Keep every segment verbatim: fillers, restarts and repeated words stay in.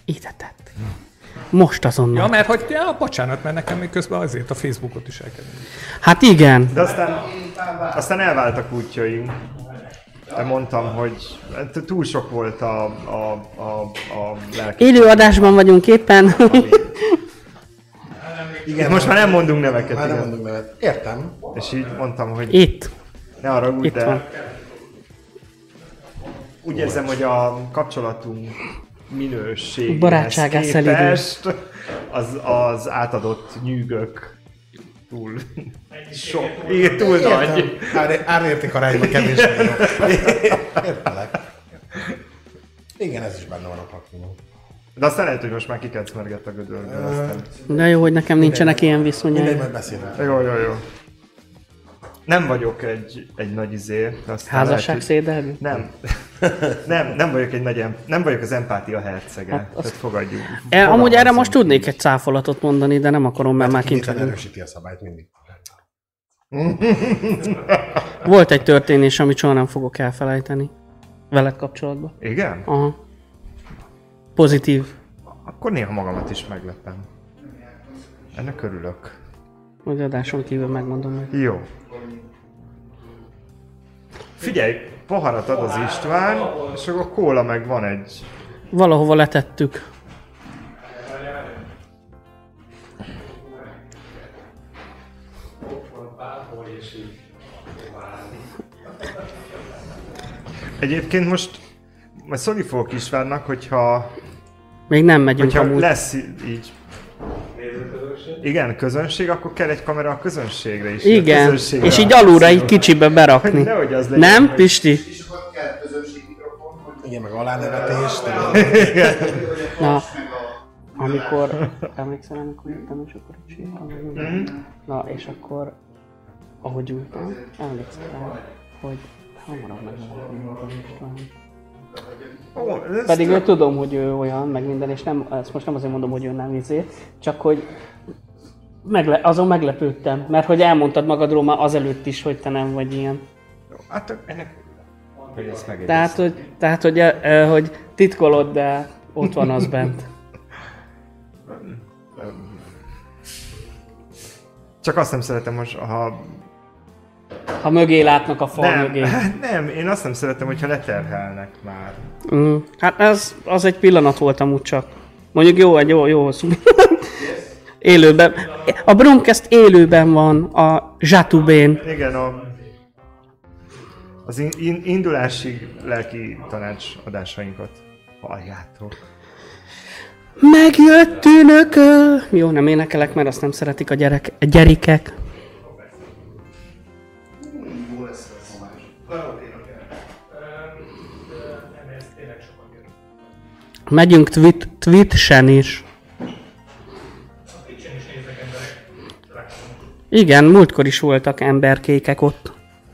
Ide tett. Most azonnal. Ja, mert hogy, ja, bocsánat, mert nekem még közben azért a Facebookot is elkezdem. Hát igen. De aztán, aztán elváltak útjaink. De mondtam, hogy túl sok volt a, a, a, a lelki. Élőadásban vagyunk éppen. Igen, most már nem mondunk neveket. Már nem igen. mondunk nevet. Értem. És így mondtam, hogy Itt. ne haragudj, Itt de van. úgy érzem, hogy a kapcsolatunk minőségéhez Barátságát képest az, az átadott nyűgök túl sok, igen, túl nagy. Ár, árérték arányban kevésbé jó. Értelek. Igen, ez is benne van a pakliban. De aztán lehet, hogy most már kikecmergett a gödörben. Aztán... De jó, hogy nekem nincsenek ilyen Mindegy, viszonyaim. majd beszélünk. Jó, jó, jó. Nem vagyok egy, egy nagy izé. Házasság szédelgő? Nem. nem, nem vagyok egy nagy, em- nem vagyok az empátia hercege. Hát Hát azt- Tehát fogadjuk. E, amúgy erre Fogalmazunk. most tudnék egy cáfolatot mondani, de nem akarom, mert már kint Kivétel vagyunk. erősíti a szabályt mindig. Volt egy történés, amit soha nem fogok elfelejteni. Veled kapcsolatban. Igen? Aha. Pozitív. Akkor néha magamat is meglepem. Ennek örülök. Hogy adáson kívül megmondom meg. Jó. Figyelj, poharat ad az István, és akkor kóla meg van egy... Valahova letettük. Egyébként most majd szólni fogok Istvánnak, hogyha, Még nem megyünk hogyha amúgy. lesz így... Igen, közönség, akkor kell egy kamera a közönségre is. A Igen, közönségre és így a- alulra így kicsibe berakni. Hogy nehogy az legyen, Nem, hogy- Pisti? És akkor kell közönségmikrofon, hogy Igen, meg alánevetés. Na, amikor... Emlékszel, amikor jöttem, és akkor csinálom. Na, és akkor, ahogy ültem, emlékszel rá, hogy hamarabb megmondom. Ó, ez Pedig tök- ő tudom, hogy ő olyan, meg minden, és nem, ezt most nem azért mondom, hogy ő nem izé, csak hogy megle, azon meglepődtem, mert hogy elmondtad magadról már azelőtt is, hogy te nem vagy ilyen. Hát ennek... Hogy ezt megegyeztem. Tehát, hogy, tehát, hogy, eh, hogy titkolod, de ott van az bent. Csak azt nem szeretem most, ha... Ha mögé látnak a fal Nem, mögé. nem, én azt nem szeretem, hogyha leterhelnek már. Mm, hát ez, az egy pillanat volt amúgy csak. Mondjuk jó, egy jó, jó hosszú. Élőben. A Bromcast élőben van a Zsatubén. Igen, a... Az in, in, indulási lelki tanácsadásainkat halljátok. Megjött tűnököl. Jó, nem énekelek, mert azt nem szeretik a, gyerek, a gyerekek. jó lesz ez a Megyünk twit, Twitchen is. Igen, múltkor is voltak emberkékek ott.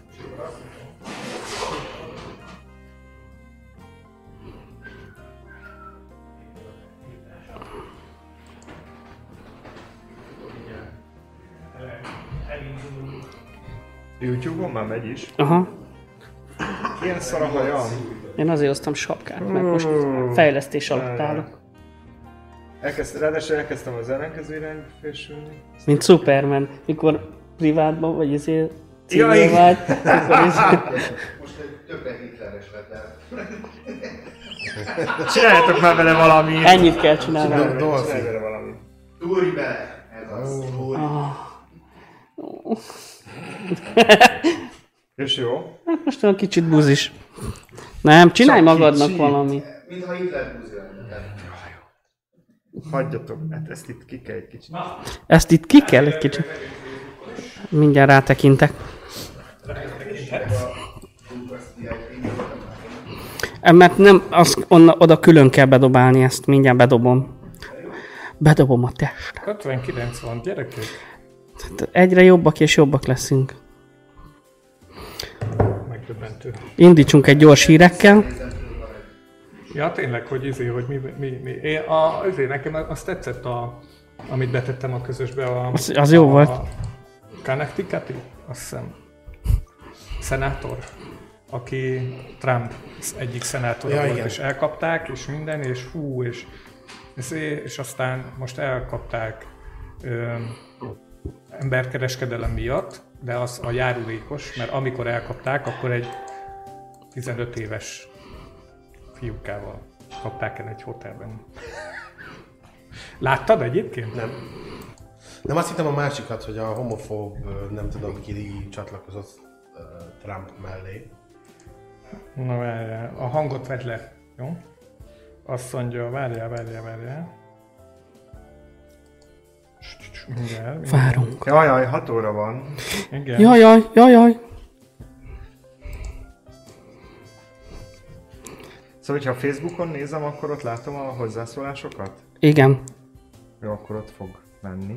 YouTube-on már megy is. Aha. Ilyen szar a hajam. Én azért hoztam sapkát, mert most fejlesztés alatt állok. Elkezd, ráadásul elkezdtem az ellenkező irányba fésülni. Mint Superman, mikor privátban vagy ezért Ja, civil igen. vált, mikor ezért... Most egy többre hitleres lett el. Csináljátok már vele valamit! Ennyit kell csinálni. Csinálj. Dolphin. Csinálj vele valamit. Túrj bele! Ez az. Túrj. És jó? Hát most olyan kicsit buzis. Nem, csinálj Csak magadnak kicsit. valami. Mintha Hitler búzi lenne. Hagyjatok, hát ezt itt ki kell egy kicsit. Ezt itt ki kell egy kicsit. Mindjárt rátekintek. Mert nem, az, onna, oda külön kell bedobálni ezt, mindjárt bedobom. Bedobom a testre. ötvenkilenc van, gyerekek. Egyre jobbak és jobbak leszünk. Megdöbbentő. Indítsunk egy gyors hírekkel. Ja, tényleg, hogy izé, hogy mi, mi, mi. Én a, izé, nekem azt tetszett, a, amit betettem a közösbe. A, Az- az jó a, volt. A Connecticut-i, azt hiszem, szenátor, aki Trump egyik szenátora Ja, volt, igen. és elkapták, és minden, és hú, és és aztán most elkapták ö, emberkereskedelem miatt, de az a járulékos, mert amikor elkapták, akkor egy tizenöt éves fiúkával kapták el egy hotelben. Láttad egyébként? Nem. Nem, azt hittem a másikat, hogy a homofób, nem tudom ki csatlakozott uh, Trump mellé. Na várjál, a hangot vedd le, jó? Azt mondja, várjál, várjál, várjál. Mindjárt, mindjárt. Várunk. Jaj, jaj, hat óra van. Igen. Jajaj, jajaj. Szóval, hogyha a Facebookon nézem, akkor ott látom a hozzászólásokat? Igen. Jó, akkor ott fog menni.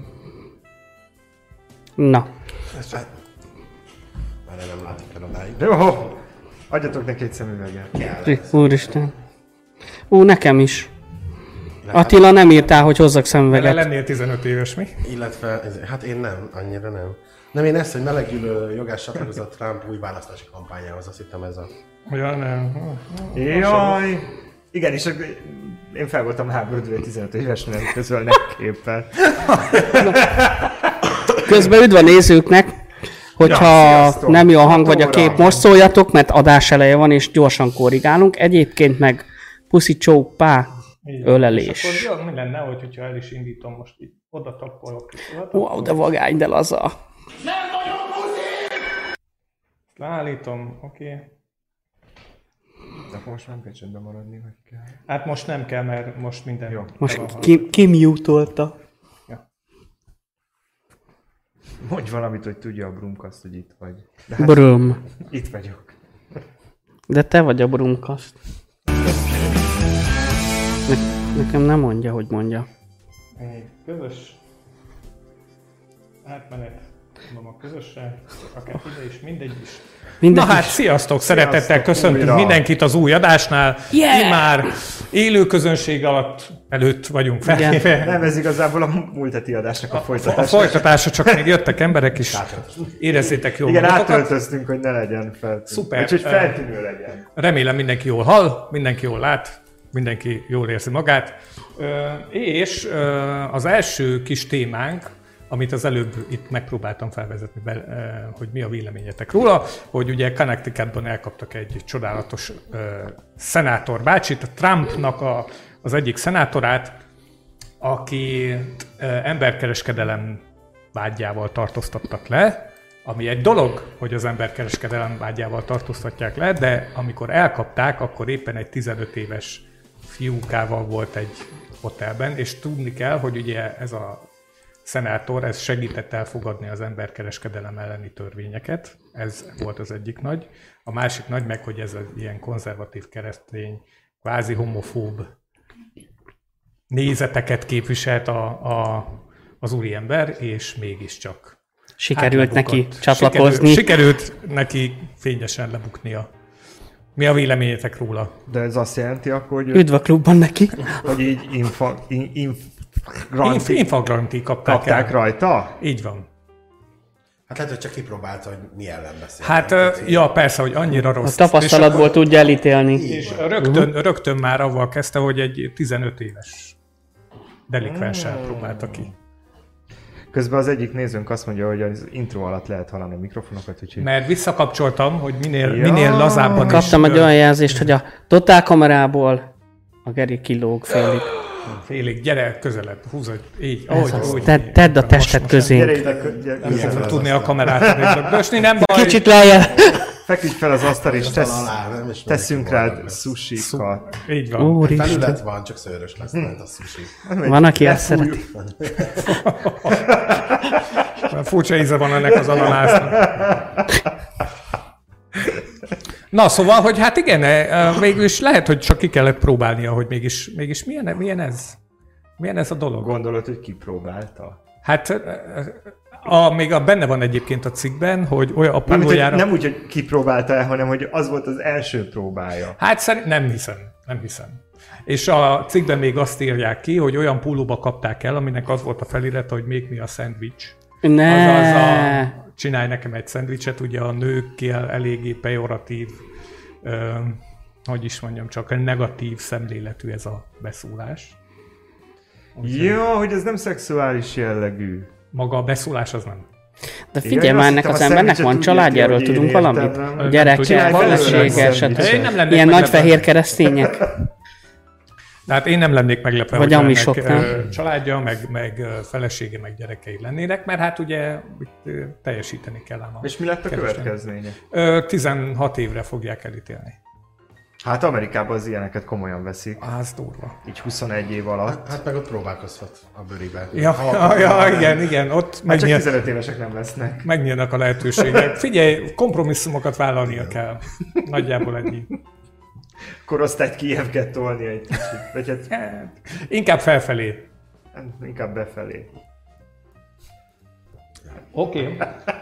Na. Hát, már nem látok el odáig. Jó, adjatok neki egy szemüveget. Úristen. Ú, nekem is. Illetve, Attila nem írtál, hogy hozzak Vele szemüveget. lennél tizenöt éves, mi? illetve, ez- hát én nem, annyira nem. Nem, én ezt, hogy melegülő jogás csatlakozott Trump új választási kampányához, azt hittem ez a... Ja, nem. Jaj! Igen, és akkor én fel voltam háborodva, tizenöt évesnél közölnek képpel. Közben üdv a nézőknek, hogyha Ja, sziasztok. nem jó a hang vagy a Hat kép, óra. most szóljatok, mert adás eleje van, és gyorsan korrigálunk. Egyébként meg puszi csók pá, Így van. ölelés. És akkor jó, mi lenne, hogy, hogyha el is indítom most így, oda tappolok. Wow, de vagány, de laza. Leállítom, oké. Okay. De akkor most nem kell csendben maradni, hogy kell. Hát most nem kell, mert most minden jó. Most ki, ki mute-olta? Mondj valamit, hogy tudja a Brumkaszt, hogy itt vagy. De hát Brum. itt vagyok. De te vagy a Brumkaszt. Ne- nekem nem mondja, hogy mondja. Ennyi. Közös átmenet. Mondom a közösre, akár ide is, mindegy is. Mindegy Na hát, is. sziasztok! Szeretettel köszöntünk újra. mindenkit az új adásnál. Yeah! Mi már élő közönség alatt előtt vagyunk felvéve. Nem, ez igazából a múlt heti adásnak a A folytatása. folytatása, csak még jöttek emberek is. Érezzétek jól Igen, magatokat. átöltöztünk, hogy ne legyen feltűnő. Szuper. Úgyhogy feltűnő legyen. Remélem mindenki jól hall, mindenki jól lát, mindenki jól érzi magát. Ö, és ö, az első kis témánk, amit az előbb itt megpróbáltam felvezetni, be, ö, hogy mi a véleményetek róla, hogy ugye Connecticutban elkaptak egy csodálatos ö, szenátor bácsit, a Trumpnak a, az egyik szenátorát, aki ö, emberkereskedelem vágyával tartóztattak le, ami egy dolog, hogy az emberkereskedelem vágyával tartóztatják le, de amikor elkapták, akkor éppen egy tizenöt éves fiúkával volt egy hotelben, és tudni kell, hogy ugye ez a szenátor, ez segített elfogadni az emberkereskedelem elleni törvényeket, ez volt az egyik nagy. A másik nagy meg, hogy ez az ilyen konzervatív keresztény, kvázi homofób nézeteket képviselt a, a, az úriember, és mégiscsak Sikerült hát neki lebukott. csatlakozni. Sikerült, sikerült neki fényesen lebuknia. Mi a véleményetek róla? De ez azt jelenti akkor, hogy, Üdv a klubban neki. hogy így infa, in, inf, Inf- Infagranti kapták, kapták el. rajta? Így van. Hát lehet, hogy csak kipróbálta, hogy mi ellen beszél. Hát, ö, ja, persze, hogy annyira A rossz. tapasztalatból tudja elítélni. És, és rögtön, rögtön már avval kezdte, hogy egy tizenöt éves delikvenssel próbálta ki. Közben az egyik nézőnk azt mondja, hogy az intro alatt lehet hallani a mikrofonokat, úgyhogy... Mert visszakapcsoltam, hogy minél, Ja. minél lazábban is... Kaptam egy ö, olyan jelzést, hogy a totál kamerából a Geri kilóg félig. Félig, gyere közelebb, húzod, így, ahogy, az. ahogy. Tedd- tedd a tested most- közé. Gyere ide, kö- gyere, Nem gyere, fogod tudni a kamerát megdösni, nem baj. Kicsit lejjel. feküdj fel az asztal és Aztán tesz, alá, nem? És teszünk mindenki boldog rád lesz. sushikat. Így van. Úristen. Felület van, csak szőrös lesz, mint a sushi. Van, aki ezt Lefújjuk. szereti. Furcsa íze van ennek az ananásznak. Na, szóval, hogy hát igen, eh, végülis lehet, hogy csak ki kellett próbálnia, hogy mégis, mégis milyen, milyen ez? Milyen ez a dolog? Gondolod, hogy kipróbálta? Hát eh, a, még a, benne van egyébként a cikkben, hogy olyan a Nem, úgy, hogy, pólójára... nem úgy, hogy kipróbálta el, hanem hogy az volt az első próbája. Hát szerint nem hiszem, nem hiszem. És a cikkben még azt írják ki, hogy olyan pólóba kapták el, aminek az volt a felirata, hogy make me a sandwich. Ne. Azaz a, csinálj nekem egy szendvicset, ugye a nőkkel eléggé pejoratív, ö, hogy is mondjam, csak negatív szemléletű ez a beszólás. Jó, hogy ez nem szexuális jellegű. Maga a beszólás az nem. De figyelj már, ennek az embernek van családja, erről tudunk valamit? Gyereke, felesége, stb. Ilyen nagy fehér keresztények. De hát én nem lennék meglepve, vagy hogy amisok, ennek családja, meg, meg felesége, meg gyerekei lennének, mert hát ugye teljesíteni kell ám a... És mi lett a következménye? tizenhat évre fogják elítélni. Hát Amerikában az ilyeneket komolyan veszik. Az durva. Így huszonegy év alatt. Hát, hát meg ott próbálkozhat a bőriben. Ja, ja, ja, igen, igen, ott hát csak tizenöt évesek nem lesznek. Megnyílnak a lehetőségek. Figyelj, kompromisszumokat vállalnia kell. Nagyjából egy Korosztályt kijebb kell tolni egy kicsit. Vagy hát... hát, inkább felfelé. Inkább befelé. Oké.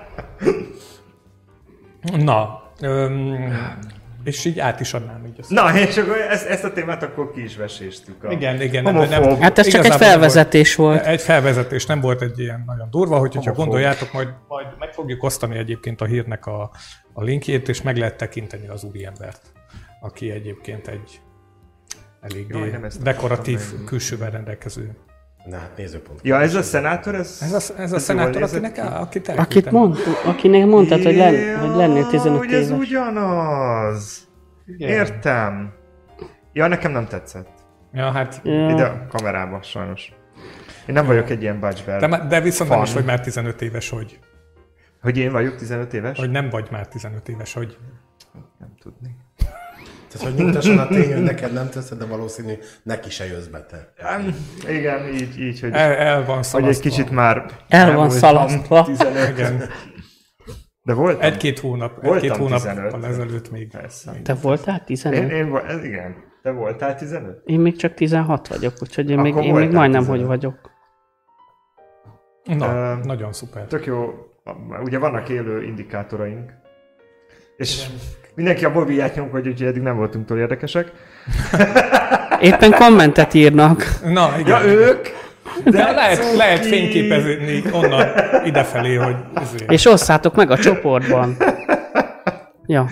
Okay. Na, öm, és így át is adnám így. Na, és akkor ezt, ezt a témát akkor ki is veséztük. A igen, igen. Nem, nem, hát ez csak egy felvezetés volt. volt. Egy felvezetés, nem volt egy ilyen nagyon durva, hogy, hogyha gondoljátok, majd, majd meg fogjuk osztani egyébként a hírnek a, a linkjét, és meg lehet tekinteni az úriembert, aki egyébként egy eléggé Jaj, dekoratív külsővel rendelkező. Na hát nézőpont. Ja, ez a szenátor, ez... Ez a, ez a ez szenátor, akinek, akit Akit mond, akinek mondtad, hogy, len, hogy lennél tizenöt hogy éves. ez ugyanaz. Igen. Értem. Ja, nekem nem tetszett. Ja, hát... Ja. Ide a kamerába, sajnos. Én nem vagyok egy ilyen Bachelor. De, de viszont fan. Nem is vagy már tizenöt éves, hogy... Hogy én vagyok tizenöt éves? Hogy nem vagy már tizenöt éves, hogy... Nem tudni. Tehát, hogy nyugtasson a tény, hogy neked nem teszed, de valószínű neki se jössz be te. Igen, így, így hogy... El, el van szalasztva. Hogy egy kicsit már... El van szalasztva. Igen. De voltam. Egy-két hónap, egy-két hónappal ezelőtt még. Persze. Te voltál tizenöt? Én, én, ez igen. Te voltál tizenöt? Én még csak tizenhat vagyok, úgyhogy én még, én még majdnem, tizenöt. Hogy vagyok. Na, uh, nagyon szuper. Tök jó. Ugye vannak élő indikátoraink. És igen. Mindenki abból vigyát nyom, hogy ugye eddig nem voltunk túl érdekesek. Éppen kommentet írnak. Na, igen. Ja, ők? De, de lehet, lehet fényképezni onnan idefelé, hogy... Ezért. És osszátok meg a csoportban. Ja.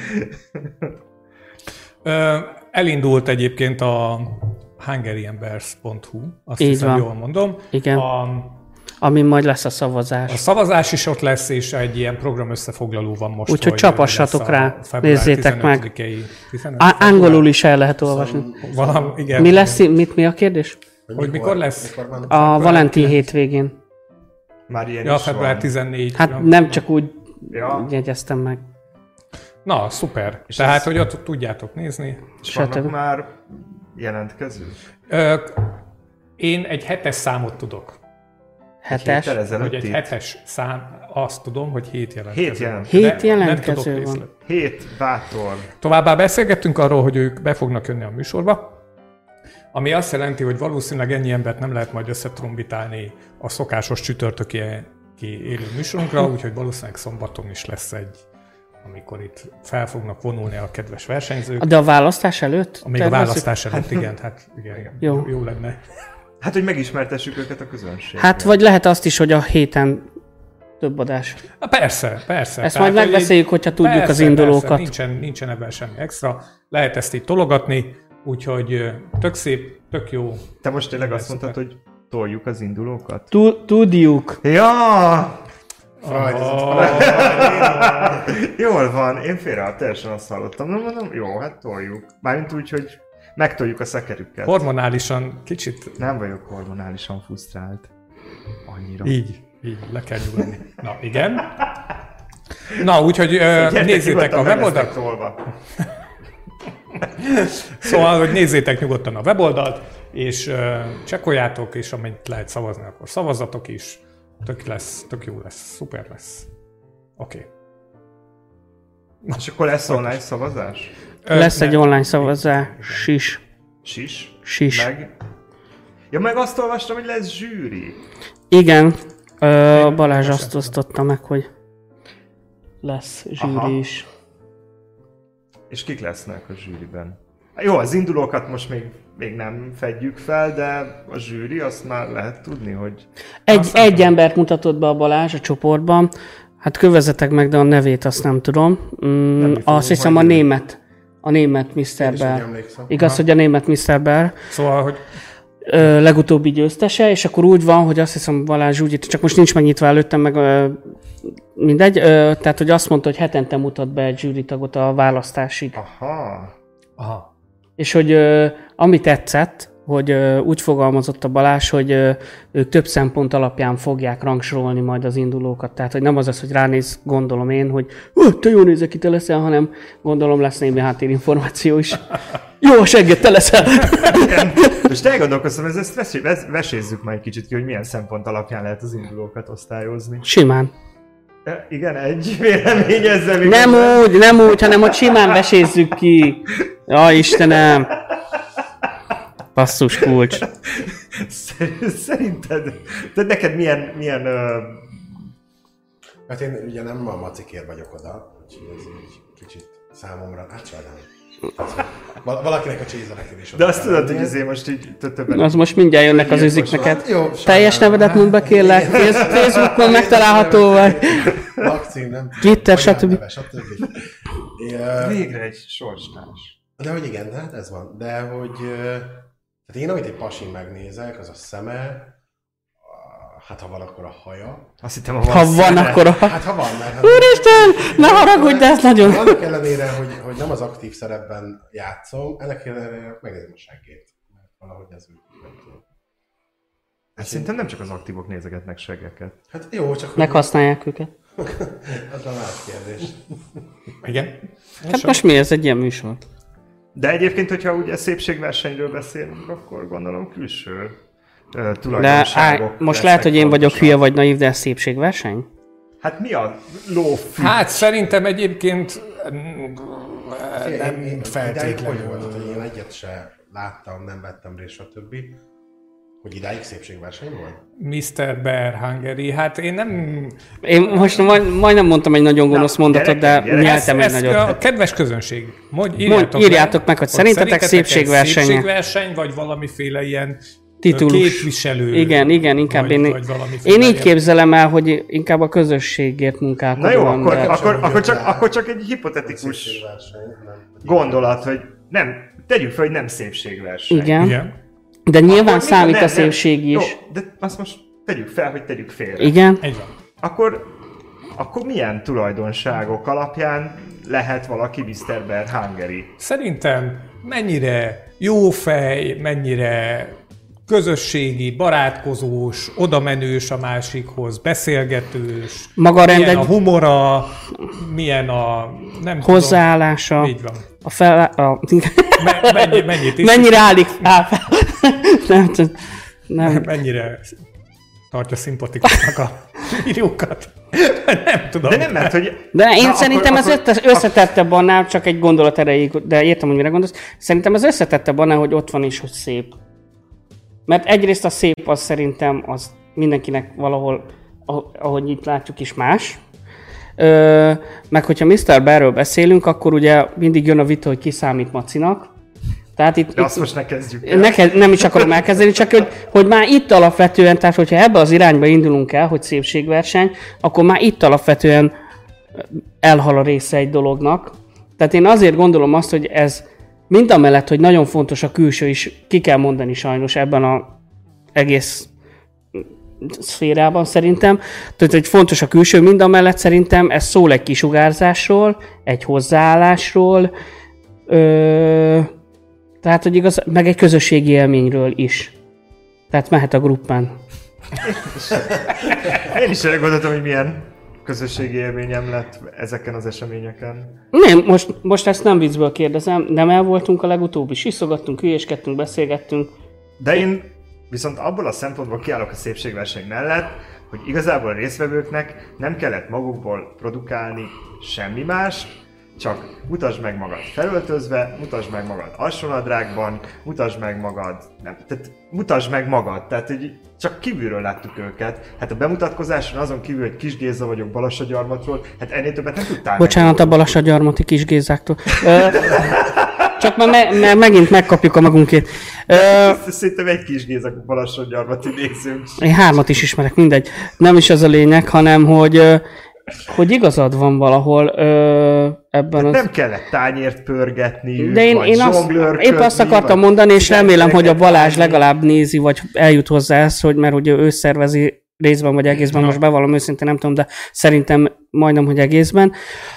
Ö, elindult egyébként a hungarianbears pont hu, azt így hiszem, van. Jól mondom. Igen. A, Amin majd lesz a szavazás. A szavazás is ott lesz, és egy ilyen program összefoglaló van most. Úgyhogy csapassatok rá, nézzétek meg. Angolul is el lehet olvasni. Valam, igen. Mi lesz, mit, mi a kérdés? Hogy, hogy mikor, mikor lesz? Mikor a Valentin hétvégén. Már ilyen ja, február tizennégy. Hát ja. nem csak úgy ja. jegyeztem meg. Na, szuper. És tehát, ez... hogy ott tudjátok nézni. És vannak már jelentkezők? Ö, én egy hetes számot tudok. Hetes? Hogy egy hetes szám, azt tudom, hogy hét jelentkező. Hét jelentkező. Hét jelentkező van. Hét bátor. Továbbá beszélgettünk arról, hogy ők be fognak jönni a műsorba, ami azt jelenti, hogy valószínűleg ennyi embert nem lehet majd összetrombitálni a szokásos csütörtöki élő műsorunkra, úgyhogy valószínűleg szombaton is lesz egy, amikor itt fel fognak vonulni a kedves versenyzők. De a választás előtt? Még a választás előtt, igen, hát igen, igen. Jó. Jó lenne. Hát, hogy megismertessük őket a közönséggel. Hát, vagy lehet azt is, hogy a héten több adás. Na, persze, persze. Ezt Tehát, majd megbeszéljük, hogyha tudjuk persze, az indulókat. Persze, nincsen, nincsen ebben semmi extra. Lehet ezt így tologatni, úgyhogy tök szép, tök jó. Te most tényleg azt mondtad, hogy toljuk az indulókat? Tudjuk. Ja! Oh. Jól van, én félre teljesen azt hallottam. Nem mondom, jó, hát toljuk. Mármint úgy, hogy megtoljuk a szekerüket. Hormonálisan kicsit... Nem vagyok hormonálisan frusztrált. Annyira. Így, így, le kell nyugodni. Na, igen. Na, úgyhogy uh, nézzétek a weboldalt. Szóval, hogy nézzétek nyugodtan a weboldalt, és uh, csekkoljátok, és amint lehet szavazni, akkor szavazzatok is. Tök lesz, tök jó lesz, szuper lesz. Oké. Okay. És akkor lesz online szavazás? Ö, lesz nem. Egy online szavazás. Sis. Sis? Sis. Meg? Ja, meg azt olvastam, hogy lesz zsűri. Igen. Ö, Balázs azt osztotta meg, hogy lesz zsűri Aha. is. És kik lesznek a zsűriben? Jó, az indulókat most még, még nem fedjük fel, de a zsűri azt már lehet tudni, hogy... Egy, egy embert mutatott be a Balázs a csoportban. Hát kövezzetek meg, de a nevét azt nem tudom. Mm, azt hiszem a német. A német miszter Bear. Igaz, ha. Hogy a német miszter Bear. Szóval, hogy... ö, legutóbbi győztese, és akkor úgy van, hogy azt hiszem Balázs úgy, csak most nincs megnyitva előttem, meg ö, mindegy, ö, tehát hogy azt mondta, hogy hetente mutat be egy zsűritagot a választásig. Aha. Aha. És hogy ö, ami tetszett, hogy ö, úgy fogalmazott a Balázs, hogy ö, ők több szempont alapján fogják rangsorolni majd az indulókat. Tehát, hogy nem az az, hogy ránéz, gondolom én, hogy te jól nézek ki, te leszel, hanem gondolom lesz némi háttérinformáció is. Jó, a segget, te leszel! Igen. Most elgondolkoztam, ezt, ezt vesé- ves- vesézzük már egy kicsit ki, hogy milyen szempont alapján lehet az indulókat osztályozni. Simán. E, igen, egy vélemény ezzel még Nem ezzel. úgy, nem úgy, hanem hogy simán vesézzük ki. Ja, Istenem! Basszus kulcs. Szerinted, de neked milyen, milyen ö... Hát én ugye nem a macikért vagyok oda, úgyhogy ez így kicsit számomra, hát sajnálom. Val- valakinek a csézeleket is de oda azt kell tudod, hogy lennie. izé most így tö- többen... Az most mindjárt jönnek az Ilyen üzik most neked. Hát jó, Teljes sajnálom. nevedet mondd be, kérlek. Face- Facebookon megtalálható vagy. Lakcím, nem? Twitter, Anyám stb. neve, stb. É, ö, Végre egy sorstárs. De hogy igen, de hát ez van. De hogy... ö, Tehát én, amit egy pasin megnézek, az a szeme, a- hát ha van, akkor a haja. Azt hittem, ha Ha van, van, szeme. akkor a... Hát ha van, mert... Hát, Úristen, ne haragudj, de ez nagyon... Annak ellenére, hogy, hogy nem az aktív szerepben játszom, ennek ellenére megnézem a seggét. Mert valahogy ez úgy nem tudom. Hát szerintem nem csak az aktívok nézegetnek seggeket. Hát jó, csak... hogy- Meghasználják őket. Az a más kérdés. Igen? Hát most mi ez egy ilyen műsor? De egyébként, hogyha ugye szépségversenyről beszélünk, akkor gondolom külső ö, De tulajdonságok. á, most lesznek lehet, hogy én vagyok fontosak. hülye vagy naív, de ez szépségverseny? Hát mi a lófű? Hát szerintem egyébként mm, Én- nem én- idáig feltétlenül. hogy volt, hogy én egyet se láttam, nem vettem részt, stb. Hogy idáig szépségverseny volt? miszter Bear Hungary, hát én nem... Én most majd, majdnem mondtam egy nagyon gonosz Na, mondatot, de gyerekek, gyerekek, nyeltem egy ezt nagyot. a kedves közönség, mondj, Mondj, írjátok meg, hogy szerintetek ez szépségversenye. szépségverseny, vagy valamiféle ilyen Titulus. képviselő. Igen, igen, inkább vagy, én, vagy valamiféle én így ilyen- képzelem el, hogy inkább a közösségért munkálkodó Na jó, akkor, ember. akkor, Sem akkor, csak, jött rá. akkor csak egy hipotetikus Szépségverseny, nem. gondolat, hogy nem, tegyük fel, hogy nem szépségverseny. Igen, Igen. de nyilván Akkor mi- számít nem, a nem. szépség is. Jó, de azt most tegyük fel, hogy tegyük félre. Igen, Egy van. Akkor, akkor milyen tulajdonságok alapján lehet valaki miszter Bear Hungary? Szerintem mennyire jó fej, mennyire közösségi, barátkozós, odamenős a másikhoz, beszélgetős, maga milyen rend a egy humora, milyen a... nem hozzáállása, tudom. Így van. a fel... A, Me- mennyi, mennyit is, mennyire állik fel? Nem, tudom. nem. mennyire tartja szimpatikusnak a írókat. Nem tudom. De nem, mert hogy... De én Na, szerintem akkor, ez akkor, össze- összetettebb annál, csak egy gondolat erejéig, de értem, hogy mire gondolsz. Szerintem ez összetettebb annál, hogy ott van is, hogy szép. Mert egyrészt a szép az szerintem az mindenkinek valahol, ah- ahogy itt látjuk is más. Ö, meg hogyha miszter Bearről beszélünk, akkor ugye mindig jön a vita, hogy ki számít macinak. Tehát itt, De itt azt most ne kezdjük el. Neked nem is akarom elkezdeni, csak hogy, hogy már itt alapvetően, tehát hogyha ebbe az irányba indulunk el, hogy szépségverseny, akkor már itt alapvetően elhal a része egy dolognak. Tehát én azért gondolom azt, hogy ez mind a mellett, hogy nagyon fontos a külső is, ki kell mondani sajnos ebben az egész szférában szerintem. Tehát, hogy fontos a külső, mind a mellett szerintem ez szól egy kisugárzásról, egy hozzáállásról, ö, tehát, hogy igaz, meg egy közösségi élményről is. Tehát mehet a gruppán. Én is erre gondoltam, hogy milyen közösségi élményem lett ezeken az eseményeken. Nem, most, most ezt nem viccből kérdezem, nem el voltunk a legutóbb is, iszogattunk, hülyéskedtünk, beszélgettünk. De én viszont abból a szempontból kiállok a szépségverseny mellett, hogy igazából a résztvevőknek nem kellett magukból produkálni semmi más, csak mutasd meg magad felöltözve, mutasd meg magad alsónadrágban, mutasd meg magad, nem, tehát mutasd meg magad, tehát hogy csak kívülről láttuk őket. Hát a bemutatkozáson azon kívül, hogy Kis Géza vagyok Balassagyarmatról, hát ennél többet nem tudtál. Bocsánat a Balassagyarmati Kis Gézáktól. Ö, csak már me, me, megint megkapjuk a magunkét. Ö, Szerintem egy Kis Géza Balassagyarmati nézőnk. én hármat is ismerek, mindegy. Nem is az a lényeg, hanem hogy ö, hogy igazad van valahol ö, ebben az... Nem kellett tányért pörgetni, De én, vagy én azt, épp azt akartam mondani, és remélem, hogy a Balázs legalább nézi, vagy eljut hozzá ezt, hogy mert ugye ő szervezi részben vagy egészben, most bevallom őszintén, nem tudom, de szerintem majdnem, hogy egészben.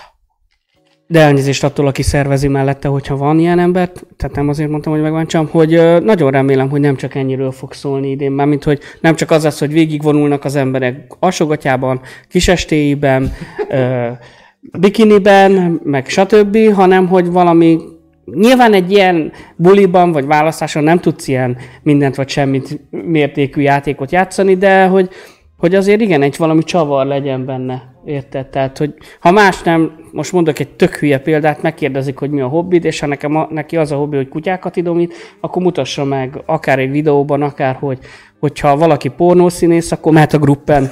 De elnézést attól, aki szervezi mellette, hogyha van ilyen ember, tehát nem azért mondtam, hogy megvántsam, hogy ö, nagyon remélem, hogy nem csak ennyiről fog szólni idén, mármint, hogy nem csak az lesz, hogy végigvonulnak az emberek alsógatyában, kisestéiben, ö, bikiniben, meg stb., hanem, hogy valami, nyilván egy ilyen buliban, vagy választáson nem tudsz ilyen mindent, vagy semmit mértékű játékot játszani, de hogy, hogy azért igen, egy valami csavar legyen benne. Érted? Tehát, hogy ha más nem, most mondok egy tök hülye példát, megkérdezik, hogy mi a hobbid, és ha nekem a, neki az a hobbi, hogy kutyákat idomít, akkor mutassa meg akár egy videóban, akár hogy, hogyha valaki pornószínész, akkor mehet a gruppen.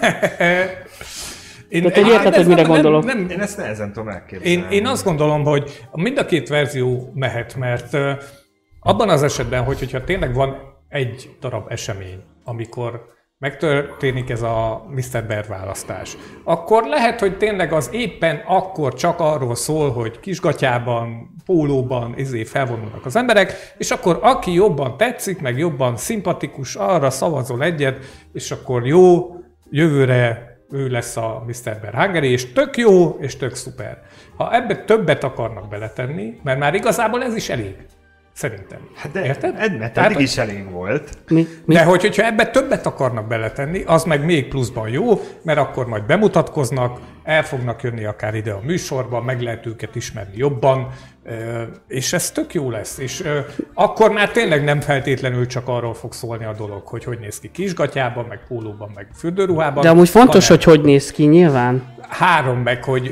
Én, Tehát, hogy érted, hogy mire gondolok? Nem, nem, Én ezt nehezen tudom elképzelni. Én, én azt gondolom, hogy mind a két verzió mehet, mert uh, abban az esetben, hogy, hogyha tényleg van egy darab esemény, amikor megtörténik ez a miszter Bear választás, akkor lehet, hogy tényleg az éppen akkor csak arról szól, hogy kisgatyában, pólóban izé felvonulnak az emberek, és akkor aki jobban tetszik, meg jobban szimpatikus, arra szavazol egyet, és akkor jó, jövőre ő lesz a miszter Bear Hungary, és tök jó, és tök szuper. Ha ebbe többet akarnak beletenni, mert már igazából ez is elég. Szerintem. Hát de érted? Ed, mert Tehát, eddig is elég volt. Mi, mi? De hogy, hogyha ebbe többet akarnak beletenni, az meg még pluszban jó, mert akkor majd bemutatkoznak, el fognak jönni akár ide a műsorba, meg lehet őket ismerni jobban, és ez tök jó lesz. És akkor már tényleg nem feltétlenül csak arról fog szólni a dolog, hogy hogy néz ki kisgatyában, meg pólóban, meg fürdőruhában. De amúgy fontos, hanem hogy hogy néz ki, nyilván. három meg, hogy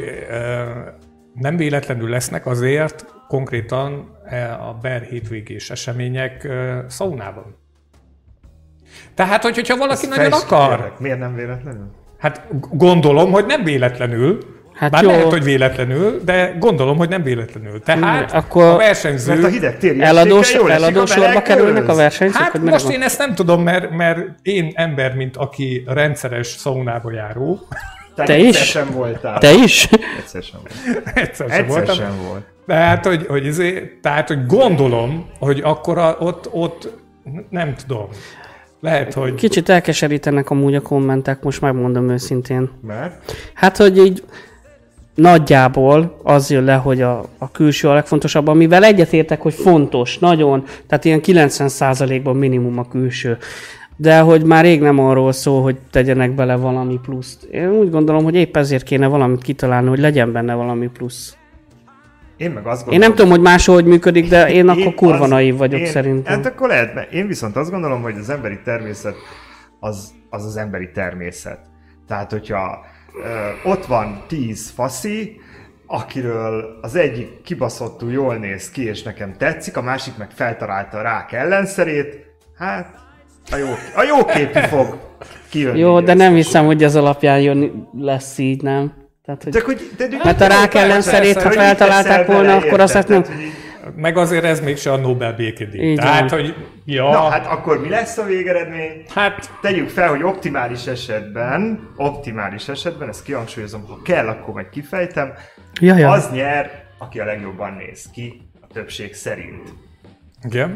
nem véletlenül lesznek azért konkrétan a Bear hétvégés események szaunában. Tehát, hogy, hogyha valaki Ezt nagyon akar... Kérlek, miért nem véletlenül? Hát gondolom, hogy nem véletlenül. Hát Bár jó. lehet, hogy véletlenül, de gondolom, hogy nem véletlenül. Tehát Akkor a versenyző... Mert a hideg téri Eladós, estékkel jól esik eladó a sorba meleg kerülnek a ősz. versenyzők? Hát hogy mire most van? én ezt nem tudom, mert, mert én ember, mint aki rendszeres szaunába járó, Tehát Te egyszer is? sem voltál. Te is? Egyszer sem volt. egyszer sem Egyszer voltam. sem volt. Tehát, hogy, hogy, izé, tehát, hogy gondolom, hogy akkor a, ott, ott nem tudom. Lehet, hogy... Kicsit elkeserítenek amúgy a kommentek, most megmondom őszintén. Mert? Hát, hogy így nagyjából az jön le, hogy a, a külső a legfontosabb, amivel egyetértek, hogy fontos, nagyon, tehát ilyen kilencven százalékban minimum a külső. De hogy már rég nem arról szól, hogy tegyenek bele valami pluszt. Én úgy gondolom, hogy épp ezért kéne valamit kitalálni, hogy legyen benne valami plusz. Én meg azt gondolom... Én nem tudom, hogy máshogy működik, de én, én akkor Én kurva az- naív vagyok én, szerintem. Hát akkor lehet, mert én viszont azt gondolom, hogy az emberi természet az az, az emberi természet. Tehát, hogyha ö, ott van tíz faszi, akiről az egyik kibaszottul jól néz ki, és nekem tetszik, a másik meg feltalálta a rák ellenszerét, hát a jó, a jó képi fog kijönni. Jó, de nem győztes. hiszem, hogy ez alapján jön, lesz így, nem? Tehát, hogy... Csak hogy, de, de, Hát a rák ellenszerét, ha hogy mit feltalálták teszel volna, bele, akkor azt érted? hát nem- Tehát, hogy így- Meg azért ez mégse a Nobel békedíj. Így Tehát, van. hogy ja, Na, hát akkor mi lesz a végeredmény? hát Tegyük fel, hogy optimális esetben, optimális esetben, ezt kihangsúlyozom, ha kell, akkor majd kifejtem, Ja, ja. az nyer, aki a legjobban néz ki, a többség szerint. igen.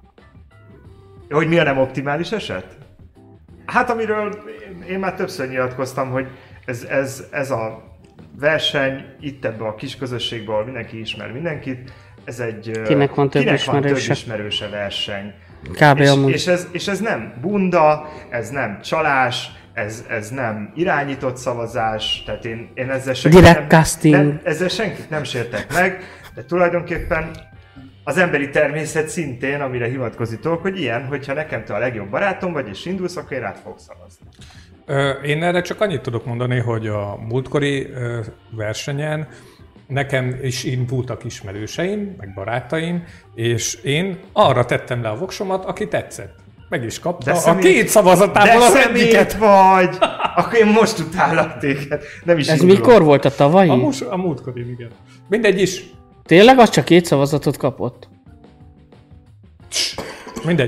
Hogy mi a nem optimális eset? Hát amiről én- én már többször nyilatkoztam, hogy ez, ez, ez a verseny itt ebbe a kis közösségben, ahol mindenki ismer mindenkit, ez egy ö, Kinek van több kinek van több ismerőse? ismerőse verseny. Kb. És, amúgy. és, ez, és ez nem bunda, ez nem csalás, ez, ez nem irányított szavazás, tehát én, én ezzel senkit Direct nem, casting. nem, ezzel senkit nem sértek meg, de tulajdonképpen az emberi természet szintén, amire hivatkozitok, hogy ilyen, hogyha nekem te a legjobb barátom vagy, és indulsz, akkor én rád fogok szavazni. Ö, Én erre csak annyit tudok mondani, hogy a múltkori ö, versenyen nekem is indultak ismerőseim, meg barátaim, és én arra tettem le a voksomat, aki tetszett. Meg is kapta De a szemét- két szavazatából De az szemét egyiket. vagy! Akkor én most utállak téged. Nem is Ez indulok. mikor volt a tavalyi? A, mus, a múltkori, igen. Mindegy is. Tényleg az csak két szavazatot kapott? Mindegy.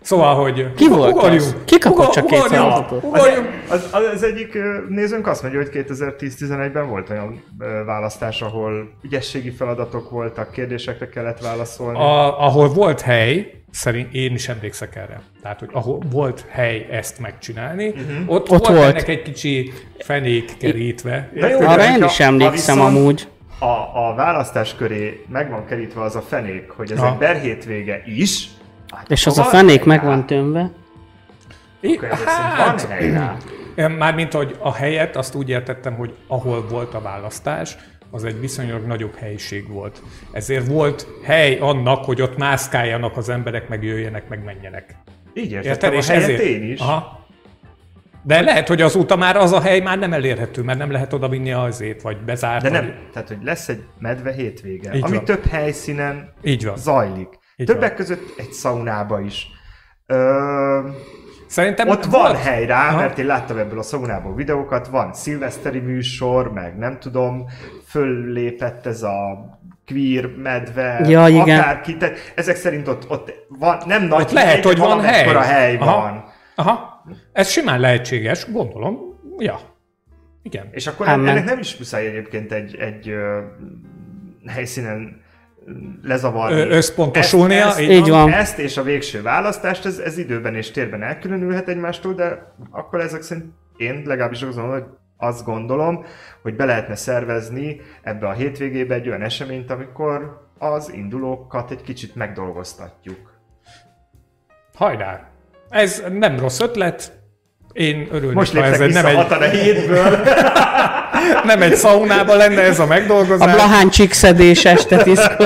Szóval, hogy Ki volt ugorjunk, az? Ki kapott ugor- csak két ugorjunk, szavazatot? ugorjunk. Az, az, az egyik ö, nézőnk azt mondja, hogy kétezer-tíz-tizenegyben volt olyan ö, választás, ahol ügyességi feladatok voltak, kérdésekre kellett válaszolni. A, ahol volt hely, szerint én is emlékszek erre. Tehát, hogy ahol volt hely ezt megcsinálni, uh-huh. ott, Ott volt, volt. ennek egy kicsi fenék kerítve. De jó, Arra de én hogyha- is emlékszem ha viszont amúgy. A, a választás köré meg van kerítve az a fenék, hogy ez Ha. egy berhétvége is, hát És az a akkor fenék van meg hely van rá. tömve. Akkor ezek szerint van hely rá. Mármint, hogy a helyet azt úgy értettem, hogy ahol volt a választás, az egy viszonylag nagyobb helyiség volt. Ezért volt hely annak, hogy ott mászkáljanak az emberek, meg jöjjenek, meg menjenek. Így Érted? értettem a És helyet ezért. én is. Aha. De lehet, hogy azóta már az a hely már nem elérhető, mert nem lehet oda vinni azért, vagy bezárt. De vagy... nem, tehát hogy lesz egy medve hétvége, Így ami van. több helyszínen Így van. zajlik. Így Többek van. között egy szaunába is. Ö, Szerintem ott volt- van hely rá, Aha. mert én láttam ebből a szaunából videókat, van szilveszteri műsor, meg nem tudom, föllépett ez a queer medve, Ja, igen. akárki, tehát ezek szerint ott, ott van, nem nagy Ott lehet, hogy van hely. a hely Aha. van. Aha. Ez simán lehetséges, gondolom. Ja. Igen. És akkor Ám ennek nem. nem is muszáj egyébként egy, egy ö, helyszínen lezavarni. Ö- összpontosulnia, Ezt, ezt, így van. ezt és a végső választást, ez, ez időben és térben elkülönülhet egymástól, de akkor ezek szerint én legalábbis azt gondolom, hogy azt gondolom, hogy be lehetne szervezni ebbe a hétvégébe egy olyan eseményt, amikor az indulókat egy kicsit megdolgoztatjuk. Hajrá! Ez nem rossz ötlet. Én örülnék, Most ha ez léptek egy, vissza nem, egy, hatan a hétből. nem egy szaunába lenne ez a A megdolgozás. Blahán csíkszedés este tízkor.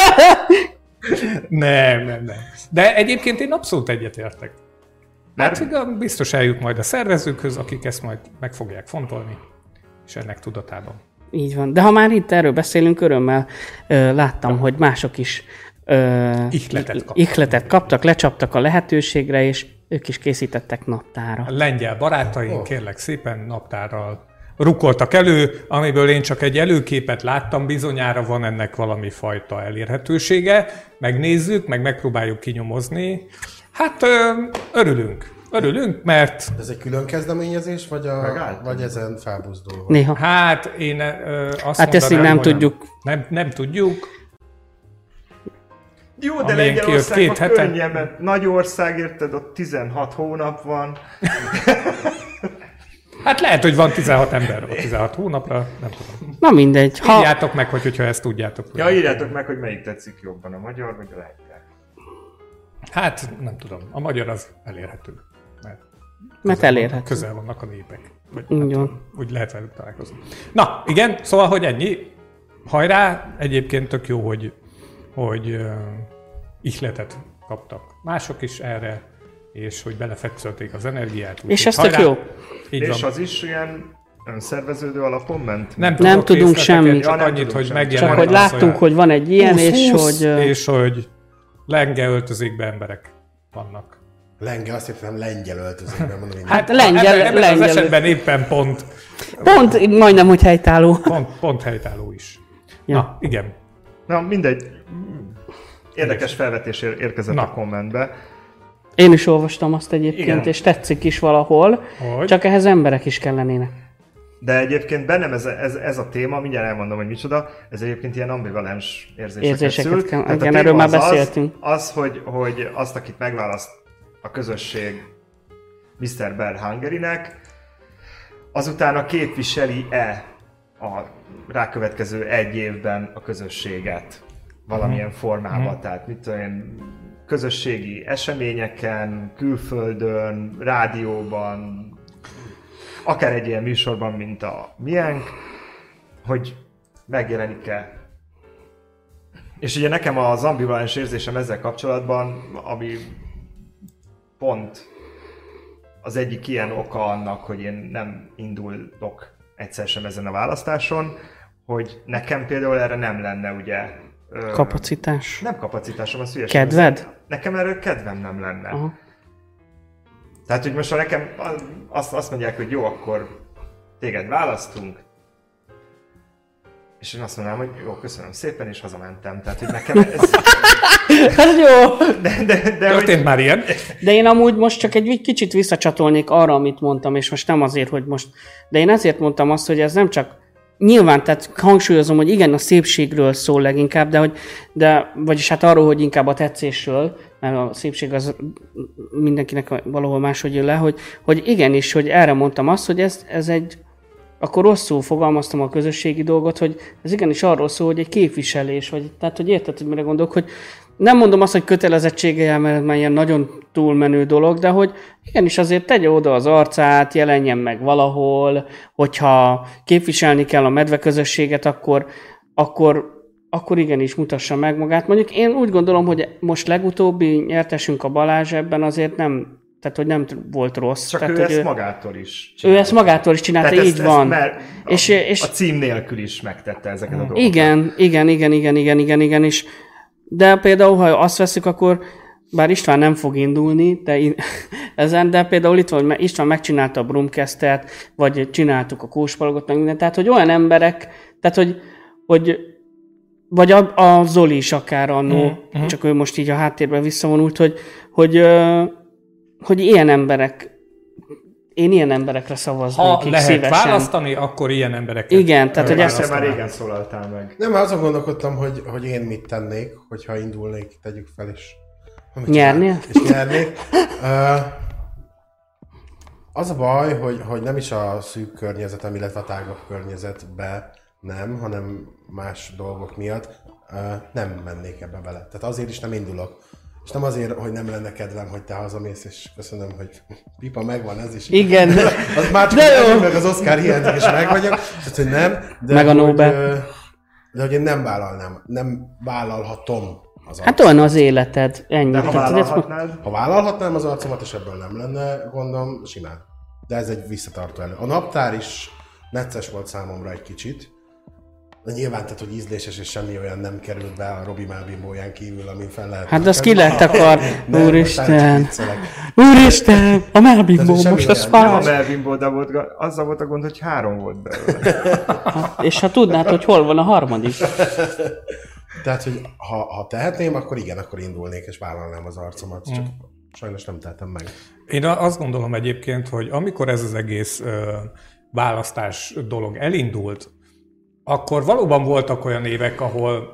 Nem, nem, nem. De egyébként én abszolút egyetértek. Mert Hát igen, biztos eljut majd a szervezőkhöz, akik ezt majd meg fogják fontolni, és ennek tudatában. Így van. De ha már itt erről beszélünk, örömmel ö, láttam, hogy mások is ö, Ihletet kaptak. ihletet kaptak, lecsaptak a lehetőségre, és ők is készítettek naptára. A lengyel barátaink kérlek szépen naptárral rukoltak elő, amiből én csak egy előképet láttam, bizonyára van ennek valami fajta elérhetősége. Megnézzük, meg megpróbáljuk kinyomozni. Hát ö, örülünk. Örülünk, mert Ez egy külön kezdeményezés, vagy, a, Megálltunk. vagy ezen felbuzdulva? Néha. hát én ö, azt Hát ezt így mondanám, nem hogy tudjuk. Nem, nem tudjuk. jó, de Amilyen kijött Lengyelországban két hete. könnyen, mert nagy ország, érted, ott tizenhat hónap van. Hát lehet, hogy van tizenhat ember a tizenhat hónapra, nem tudom. Na mindegy. Ha, Írjátok meg, hogy, hogyha ezt tudjátok. Ja, írjátok meg, hogy melyik tetszik jobban, a magyar vagy a lengyel. Hát nem tudom, a magyar az elérhető. Mert mert elérhető. közel vannak a népek. Vagy, Így nem van. tudom, úgy lehet velük találkozni. Na, igen, szóval, hogy ennyi. Hajrá, egyébként tök jó, hogy, hogy uh, ihletet kaptak mások is erre, és hogy belefetszölték az energiát. És úgyhogy ez tök hajrá. jó. Így És van. az is ilyen önszerveződő alapon ment? Nem, Nem tudok tudunk részleteket, semmit. Csak Ja, nem annyit, tudunk hogy semmit. megjelent Csak hogy az láttunk, olyan hogy van egy ilyen, és húsz-húsz, hogy... ö, és hogy lenge öltözékben emberek vannak. Lenge, azt hittem lengyel öltözőben, mondom én. Hát lengyel, ebben, ebben lengyel. az esetben éppen pont, Pont majdnem, hogy helytálló. pont, pont helytálló is. Ja. Na, igen. Na, mindegy. Érdekes felvetés ér- érkezett Na. a kommentbe. Én is olvastam azt egyébként, Igen. és tetszik is valahol, Hogy? csak ehhez emberek is kellenének. De egyébként bennem ez, ez, ez a téma, mindjárt elmondom, hogy micsoda, ez egyébként ilyen ambivalens érzéseket, Érzéseket szül. kell- Tehát a igen, téma erről már az az- beszéltünk. Az, hogy, hogy azt, akit megválaszt a közösség miszter Bear Hungary-nek, azutána képviseli-e a rákövetkező egy évben a közösséget valamilyen formában, tehát mit tudom én, közösségi eseményeken, külföldön, rádióban, akár egy ilyen műsorban, mint a miénk, hogy megjelenik-e. És ugye nekem az ambivalens érzésem ezzel kapcsolatban, ami pont az egyik ilyen oka annak, hogy én nem indulok egyszer sem ezen a választáson, hogy nekem például erre nem lenne ugye... ö, Kapacitás. Nem kapacitásom, az hülyeség. Kedved? Nekem erről kedvem nem lenne. Aha. Tehát, hogy most ha nekem azt, azt mondják, hogy jó, akkor téged választunk, és én azt mondanám, hogy jó, köszönöm szépen, és hazamentem. Tehát, hogy nekem ez... Hát jó. De, de, de, Történt hogy, már ilyen? De én amúgy most csak egy kicsit visszacsatolnék arra, amit mondtam, és most nem azért, hogy most... De én azért mondtam azt, hogy ez nem csak... Nyilván, tehát hangsúlyozom, hogy igen, a szépségről szól leginkább, de hogy... De, vagyis hát arról, hogy inkább a tetszésről, mert a szépség az mindenkinek valahol máshogy jön le, hogy, hogy igenis, hogy erre mondtam azt, hogy ez, ez egy... Akkor rosszul fogalmaztam a közösségi dolgot, hogy ez igenis arról szól, hogy egy képviselés, vagy tehát, hogy érted, hogy mire gondolok, hogy nem mondom azt, hogy kötelezettsége, mert már ilyen nagyon túlmenő dolog, de hogy igenis azért tegye oda az arcát, jelenjen meg valahol, hogyha képviselni kell a medveközösséget, akkor, akkor, akkor igenis mutassa meg magát. Mondjuk én úgy gondolom, hogy most legutóbbi nyertesünk a Balázs ebben azért nem, tehát hogy nem volt rossz. Csak tehát, ő hogy ezt ő, magától is ő csinálta. ezt magától is csinálta, Tehát így ezt, van. Ezt, mert a, és, és, a cím nélkül is megtette ezeket a dolgokat. igen, igen, igen, igen, igen, igen, igen, és de például, ha azt veszük, akkor bár István nem fog indulni de in, ezen, de például itt van, hogy István megcsinálta a Brumcast-et, vagy csináltuk a Kóspalogot, meg mindent, tehát hogy olyan emberek, tehát hogy, hogy vagy a, a Zoli is akár annó, mm-hmm. csak ő most így a háttérben visszavonult, hogy, hogy, hogy ilyen emberek, én ilyen emberekre szavaznék. Ha lehet szívesen. Választani, akkor ilyen embereket. Igen, tehát hogy Ezt ezt... már régen szólaltál meg. Nem, azon gondolkodtam, hogy, hogy én mit tennék, hogyha indulnék, tegyük fel, és... Nyernél? És nyernék. Uh, az a baj, hogy, hogy nem is a szűk környezetem, illetve a tágabb környezetbe nem, hanem más dolgok miatt uh, nem mennék ebbe bele. Tehát azért is nem indulok. És nem azért, hogy nem lenne kedvem, hogy te hazamész, és köszönöm, hogy pipa, megvan ez is. Igen. Az már csak elég, meg az Oscar hiányzik, és meg vagyok. Tehát, hogy nem. De meg a hogy, Nobel. De hogy én nem vállalnám, nem vállalhatom az Hát olyan az életed, ennyi. De ha Tehát, vállalhatnád? Ha vállalhatnám az arcomat, és ebből nem lenne gondom, simán. De ez egy visszatartó elő. A naptár is necces volt számomra egy kicsit. De nyilván, tehát, hogy ízléses és semmi olyan nem került be a Robi Mábimbóján kívül, amin fel lehet... Hát azt ki lehet akar. Nem, Úristen. most Úristen, a Mábimbó, semmi most az olyan. Nem a fás. Melvinból, de volt, azzal volt a gond, hogy három volt belőle. És ha tudnád, hogy hol van a harmadik. Tehát, hogy ha, ha tehetném, akkor igen, akkor indulnék és vállalnám az arcomat. Csak sajnos nem tehetem meg. Én azt gondolom egyébként, hogy amikor ez az egész ö, választás dolog elindult, akkor valóban voltak olyan évek, ahol,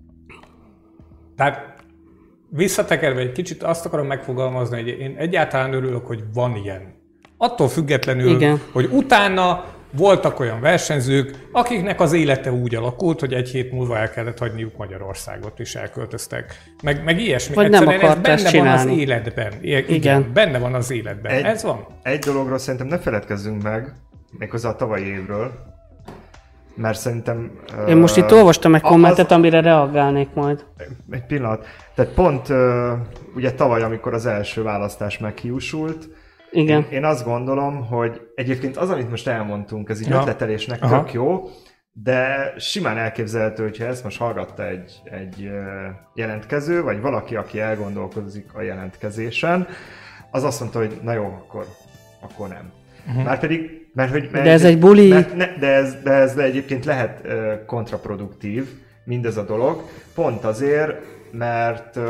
tehát visszatekerve egy kicsit azt akarom megfogalmazni, hogy én egyáltalán örülök, hogy van ilyen. Attól függetlenül, Igen. hogy utána voltak olyan versenyzők, akiknek az élete úgy alakult, hogy egy hét múlva el kellett hagyniuk Magyarországot, és elköltöztek. Meg, meg ilyesmi. Vagy nem Egyszerűen akart ez ezt benne van az csinálni. életben. Igen, Igen. Benne van az életben. Egy- Ez van. Egy dologról szerintem ne feledkezzünk meg, méghozzá a tavalyi évről, mert szerintem... Én most itt olvastam egy az- kommentet, amire reagálnék majd. Egy pillanat. Tehát pont uh, ugye tavaly, amikor az első választás meghiúsult, Igen. én, én azt gondolom, hogy egyébként az, amit most elmondtunk, ez így Ja. ötletelésnek Aha. tök jó, de simán elképzelhető, hogyha ezt most hallgatta egy, egy uh, jelentkező, vagy valaki, aki elgondolkozik a jelentkezésen, az azt mondta, hogy na jó, akkor, akkor nem. Uh-huh. Márpedig, mert hogy... Mert, De ez egy buli. Mert, ne, de, ez, de ez egyébként lehet uh, kontraproduktív, mindez a dolog, pont azért, mert, uh,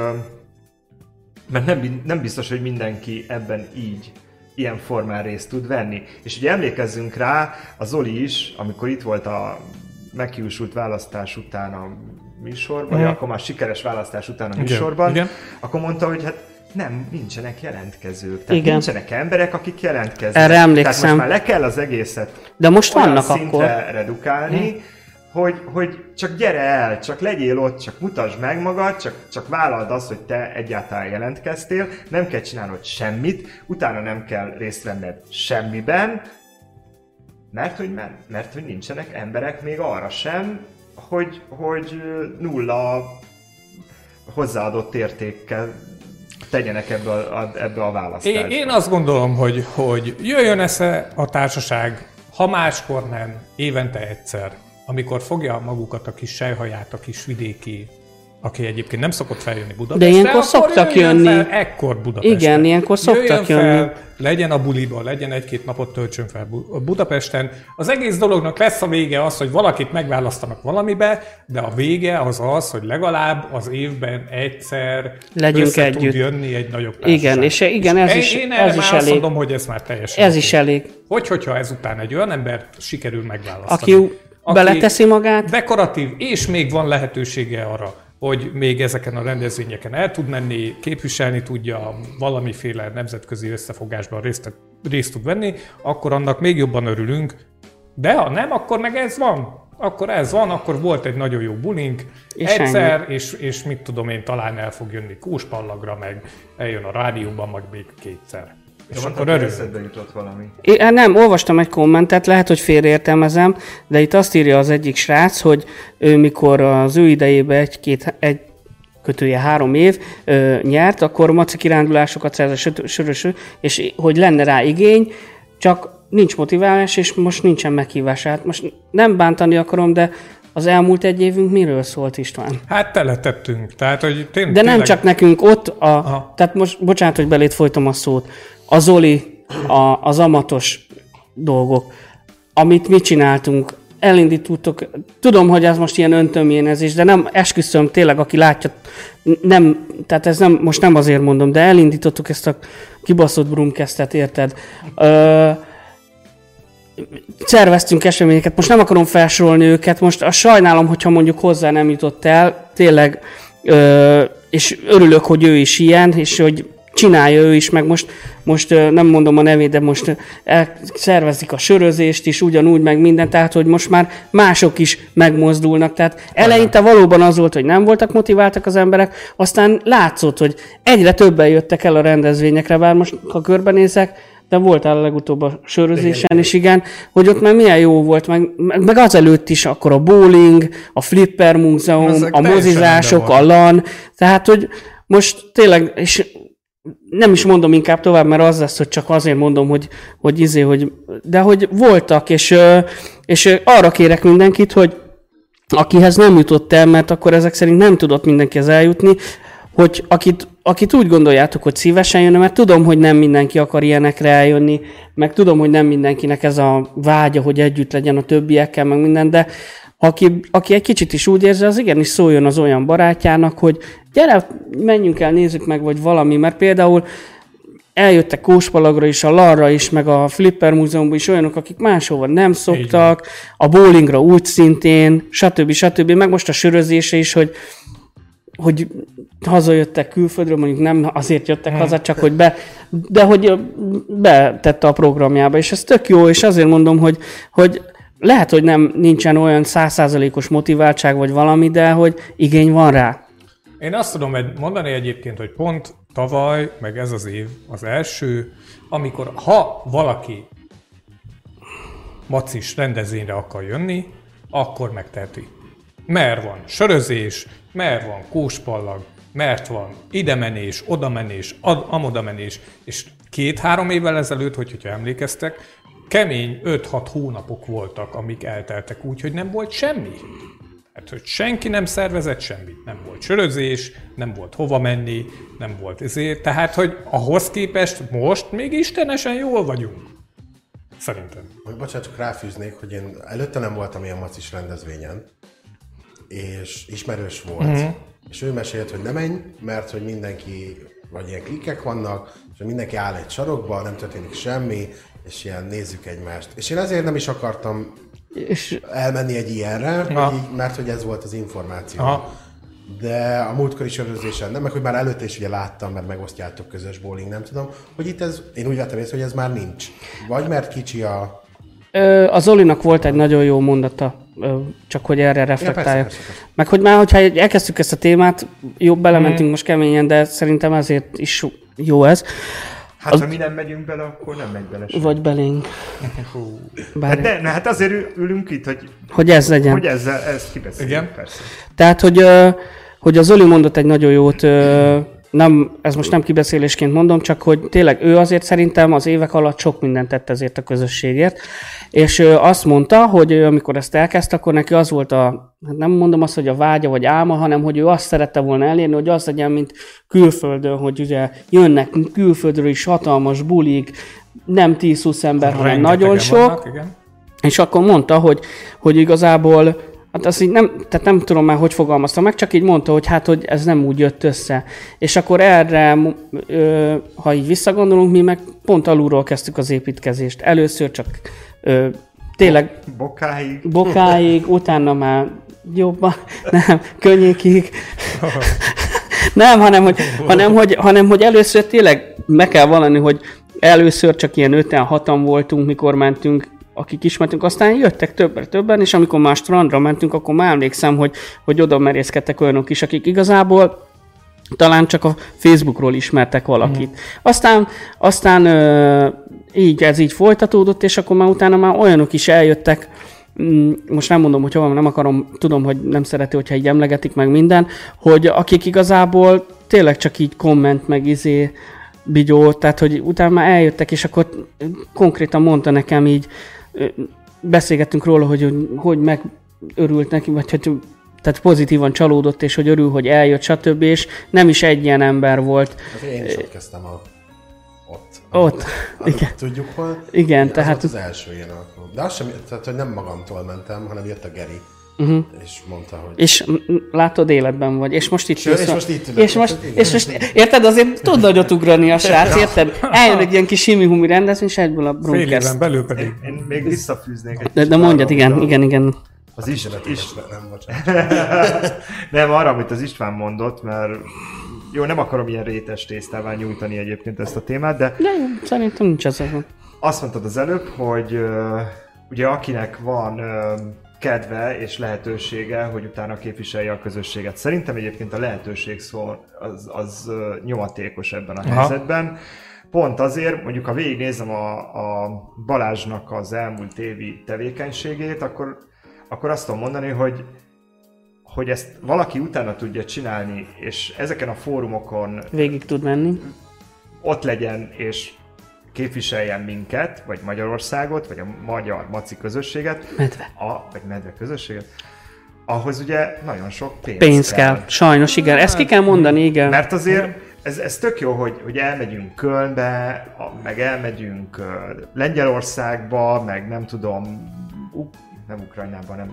mert nem, nem biztos, hogy mindenki ebben így, ilyen formán részt tud venni. És ugye emlékezzünk rá, a Zoli is, amikor itt volt a meghiúsult választás után a műsorban, vagy akkor már sikeres választás után a Igen, műsorban, igen. akkor mondta, hogy hát nem, nincsenek jelentkezők. Tehát Igen. nincsenek emberek, akik jelentkeznek. Erre Tehát emlékszem. most már le kell az egészet De most olyan vannak szintre akkor. redukálni, hm. hogy, hogy csak gyere el, csak legyél ott, csak mutasd meg magad, csak, csak vállald azt, hogy te egyáltalán jelentkeztél, nem kell csinálnod semmit, utána nem kell részt venned semmiben, mert hogy, mert, mert hogy nincsenek emberek még arra sem, hogy, hogy nulla hozzáadott értékkel tegyenek ebbe a, a, ebbe a választásba. Én, én azt gondolom, hogy, hogy jöjjön esze a társaság, ha máskor nem, évente egyszer, amikor fogja magukat a kis sejhaját, a kis vidéki, a, aki egyébként nem szokott feljönni Budapestre, de ilyenkor szoktak jönni. Fel, ekkor Budapestre. Igen, ilyenkor szoktak jöjjön jönni. Fel, legyen a buliban, legyen egy-két napot töltsön fel Budapesten. Az egész dolognak lesz a vége az, hogy valakit megválasztanak valamibe, de a vége az az, hogy legalább az évben egyszer legyünk össze együtt. Tud jönni egy nagyobb társaság. Igen, és igen, ez is, én ez is már elég. azt mondom, hogy ez már teljesen. Ez oké. is elég. Hogy, hogyha ezután egy olyan embert sikerül megválasztani, Aki, aki beleteszi magát. dekoratív, és még van lehetősége arra, hogy még ezeken a rendezvényeken el tud menni, képviselni tudja, valamiféle nemzetközi összefogásban részt, részt tud venni, akkor annak még jobban örülünk. De ha nem, akkor meg ez van. Akkor ez van, akkor volt egy nagyon jó bulink, és egyszer, és, és mit tudom én, talán el fog jönni Kóspallagra, meg eljön a rádióban, meg még kétszer. És De akkor eszedbe örülünk. jutott valami. É, nem, olvastam egy kommentet, lehet, hogy félreértelmezem, de itt azt írja az egyik srác, hogy ő mikor az ő idejében egy-két, egy kötője három év ö, nyert, akkor maci kirándulásokat szerzett, sörös, és hogy lenne rá igény, csak nincs motiválás, és most nincsen meghívás. Hát most nem bántani akarom, de az elmúlt egy évünk miről szólt, István? Hát teletettünk. Tehát, hogy tény, De nem tényleg... csak nekünk ott, a, Aha. tehát most, bocsánat, hogy belét folytom a szót, a Zoli, a, az amatos dolgok, amit mi csináltunk, elindítottuk, tudom, hogy ez most ilyen öntömjénezés, de nem, esküszöm, tényleg, aki látja, nem, tehát ez nem, most nem azért mondom, de elindítottuk ezt a kibaszott Brumcastet, érted? Ö, szerveztünk eseményeket, most nem akarom felsorolni őket, most a sajnálom, hogyha mondjuk hozzá nem jutott el, tényleg, ö, és örülök, hogy ő is ilyen, és hogy csinálja ő is, meg most, most nem mondom a nevét, de most szervezik a sörözést is, ugyanúgy, meg minden, tehát, hogy most már mások is megmozdulnak, tehát eleinte valóban az volt, hogy nem voltak motiváltak az emberek, aztán látszott, hogy egyre többen jöttek el a rendezvényekre, bár most, ha körbenézek, de voltál a legutóbb a sörözésen is, igen, hogy ott már milyen jó volt, meg, meg, meg azelőtt is akkor a bowling, a flipper múzeum, Ezek a mozizások, a LAN, tehát, hogy most tényleg, és nem is mondom inkább tovább, mert az lesz, hogy csak azért mondom, hogy, hogy izé, hogy, de hogy voltak, és, és arra kérek mindenkit, hogy akihez nem jutott el, mert akkor ezek szerint nem tudott mindenkihez eljutni, hogy akit, akit úgy gondoljátok, hogy szívesen jönne, mert tudom, hogy nem mindenki akar ilyenekre eljönni, meg tudom, hogy nem mindenkinek ez a vágya, hogy együtt legyen a többiekkel, meg minden, de aki, aki egy kicsit is úgy érzi, az igenis szóljon az olyan barátjának, hogy gyere, menjünk el, nézzük meg, vagy valami, mert például eljöttek Kóspalagra is, a larra is, meg a Flipper Múzeumban is olyanok, akik máshova nem szoktak, a bowlingra úgy szintén, stb. stb. Meg most a sörözése is, hogy hogy hazajöttek külföldről, mondjuk nem azért jöttek hmm. haza, csak hogy be, de hogy betette a programjába, és ez tök jó, és azért mondom, hogy, hogy lehet, hogy nem nincsen olyan száz százalékos motiváltság vagy valami, de hogy igény van rá. Én azt tudom mondani egyébként, hogy pont tavaly, meg ez az év az első, amikor ha valaki macis rendezvényre akar jönni, akkor megteheti. Mert van sörözés, mert van kóspallag, mert van idemenés, odamenés, amodamenés, és két-három évvel ezelőtt, hogy, hogyha emlékeztek, kemény öt-hat hónapok voltak, amik elteltek úgy, hogy nem volt semmi. Hát, hogy senki nem szervezett semmit. Nem volt sörözés, nem volt hova menni, nem volt ezért. Tehát, hogy ahhoz képest most még istenesen jól vagyunk. Szerintem. Bocsánat, csak ráfűznék, hogy én előtte nem voltam ilyen macis rendezvényen, és ismerős volt. Mm-hmm. És ő mesélt, hogy ne menj, mert hogy mindenki, vagy ilyen klikkek vannak, és mindenki áll egy sarokba, nem történik semmi, és ilyen nézzük egymást. És én ezért nem is akartam és elmenni egy ilyenre, hogy így, mert hogy ez volt az információ. Aha. De a múltkori sörözésen nem, meg hogy már előtte is ugye láttam, mert megosztjátok közös bowling, nem tudom, hogy itt ez, én úgy vettem észre, hogy ez már nincs. Vagy mert kicsi a... Ö, a Zolinak volt egy nagyon jó mondata, ö, csak hogy erre reflektáljak. Ja, persze, persze, persze. Meg hogy már, hogyha elkezdtük ezt a témát, jó, belementünk hmm. most keményen, de szerintem ezért is jó ez. Hát az... ha mi nem megyünk bele, akkor nem megy bele sem. Vagy belénk. Hát, de, na, hát azért ülünk itt, hogy, hogy ez legyen. Hogy ezzel, ezt kibeszéljük, persze. Tehát, hogy, hogy a Zoli mondott egy nagyon jót, nem, ez most nem kibeszélésként mondom, csak hogy tényleg ő azért szerintem az évek alatt sok mindent tett ezért a közösségért, és ő azt mondta, hogy ő, amikor ezt elkezdte, akkor neki az volt a, hát nem mondom azt, hogy a vágya vagy álma, hanem hogy ő azt szerette volna elérni, hogy az legyen, mint külföldön, hogy ugye jönnek külföldről is hatalmas bulik, nem tíz-húsz ember, hanem Rengetegen nagyon sok, vannak, igen. és akkor mondta, hogy, hogy igazából, hát azt így nem, tehát nem tudom már, hogy fogalmazta meg, csak így mondta, hogy hát, hogy ez nem úgy jött össze. És akkor erre, ö, ha így visszagondolunk, mi meg pont alulról kezdtük az építkezést. Először csak ö, tényleg Bokáig. bokáig, utána már jobban, nem, könnyékig. Nem, hanem hogy, hanem, hogy, hanem, hogy először tényleg meg kell vallani, hogy először csak ilyen öten, hatan voltunk, mikor mentünk, akik ismertünk, aztán jöttek többen, többen, és amikor már strandra mentünk, akkor már emlékszem, hogy, hogy oda merészkedtek olyanok is, akik igazából talán csak a Facebookról ismertek valakit. Mm. Aztán, aztán ö, így, ez így folytatódott, és akkor már utána már olyanok is eljöttek, most nem mondom, hogy hova, nem akarom, tudom, hogy nem szereti, hogyha így emlegetik meg minden, hogy akik igazából tényleg csak így komment, meg izé, bigyó, tehát hogy utána már eljöttek, és akkor konkrétan mondta nekem így, beszélgettünk róla, hogy hogy megörült neki, vagy hogy tehát pozitívan csalódott, és hogy örül, hogy eljött, stb. És nem is egy ilyen ember volt. Hát én is ott kezdtem a... ott. Ott, a, igen. Tudjuk hol. Igen, az tehát... az első ilyen alkalom. De az sem, tehát hogy nem magamtól mentem, hanem jött a Geri. Uh-huh. És mondta, hogy... És látod, életben vagy, és most itt Sőt, és most itt ülök. és most, és most, érted, azért tud nagyot ugrani a srác, érted? Eljön egy ilyen kis simi-humi rendezvény, és egyből a Fél Brunkers. éven belül pedig. Én, én még visszafűznék egy De, de mondjad, igen, igen, igen. Az is, is, Nem, bocsánat. nem arra, amit az István mondott, mert jó, nem akarom ilyen rétes tésztával nyújtani egyébként ezt a témát, de De jó, szerintem nincs ez. azt mondtad az előbb, hogy uh, ugye akinek van uh, kedve és lehetősége, hogy utána képviselje a közösséget. Szerintem egyébként a lehetőség szó az, az uh, nyomatékos ebben a Aha. helyzetben. Pont azért, mondjuk ha végignézem a, a Balázsnak az elmúlt évi tevékenységét, akkor, akkor azt tudom mondani, hogy hogy ezt valaki utána tudja csinálni, és ezeken a fórumokon Végig tud menni. ott legyen, és képviseljen minket, vagy Magyarországot, vagy a magyar maci közösséget, Medve. a, vagy medve közösséget, ahhoz ugye nagyon sok pénz, Pénz kell. Sajnos, igen. Ezt ki kell mondani, igen. Mert azért ez, ez tök jó, hogy, hogy elmegyünk Kölnbe, a- meg elmegyünk uh, Lengyelországba, meg nem tudom, U- nem Ukrajnába, nem,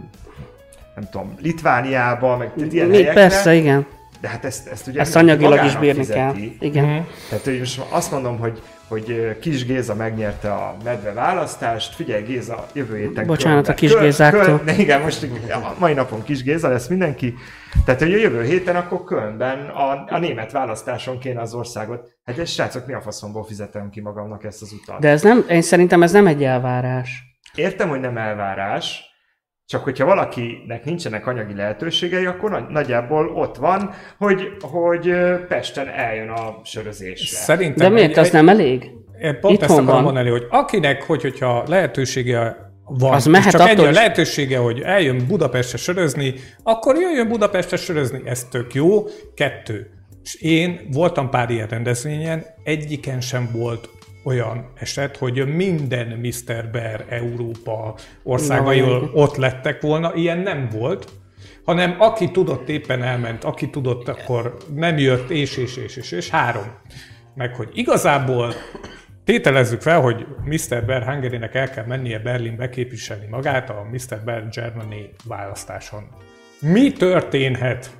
nem tudom, Litvániába, meg ilyen Még helyekre. persze, igen. De hát ezt, ezt ugye Ezt anyagilag is magának bírni fizeti. kell. Igen. Mhm. Tehát hogy most azt mondom, hogy, hogy Kis Géza megnyerte a medve választást. Figyelj Géza, jövő héten Bocsánat Kölnbe. a Kis Köl- Gézáktól. Köl- de igen, most a mai napon Kis Géza lesz mindenki. Tehát, hogy a jövő héten akkor Kölnben a, a német választáson kéne az országot. Hát és srácok, mi a faszomból fizetem ki magamnak ezt az utat? De ez nem, én szerintem ez nem egy elvárás. Értem, hogy nem elvárás, csak hogyha valakinek nincsenek anyagi lehetőségei, akkor nagy, nagyjából ott van, hogy, hogy Pesten eljön a sörözésre. Szerintem De miért egy- az egy- nem elég? Én pont Itthon ezt akarom van. mondani, hogy akinek, hogy, hogyha lehetősége van, Az és mehet csak ennyi attól a is. lehetősége, hogy eljön Budapestre sörözni, akkor jöjjön Budapestre sörözni, ez tök jó. Kettő. És én voltam pár ilyen rendezvényen, egyiken sem volt olyan eset, hogy minden miszter Bear Európa országairól Na, ott lettek volna, ilyen nem volt, hanem aki tudott éppen elment, aki tudott, akkor nem jött, és, és, és, és, és három. Meg hogy igazából tételezzük fel, hogy miszter Bear Hungary-nek el kell mennie Berlinbe képviselni magát a miszter Bear Germany választáson. Mi történhet?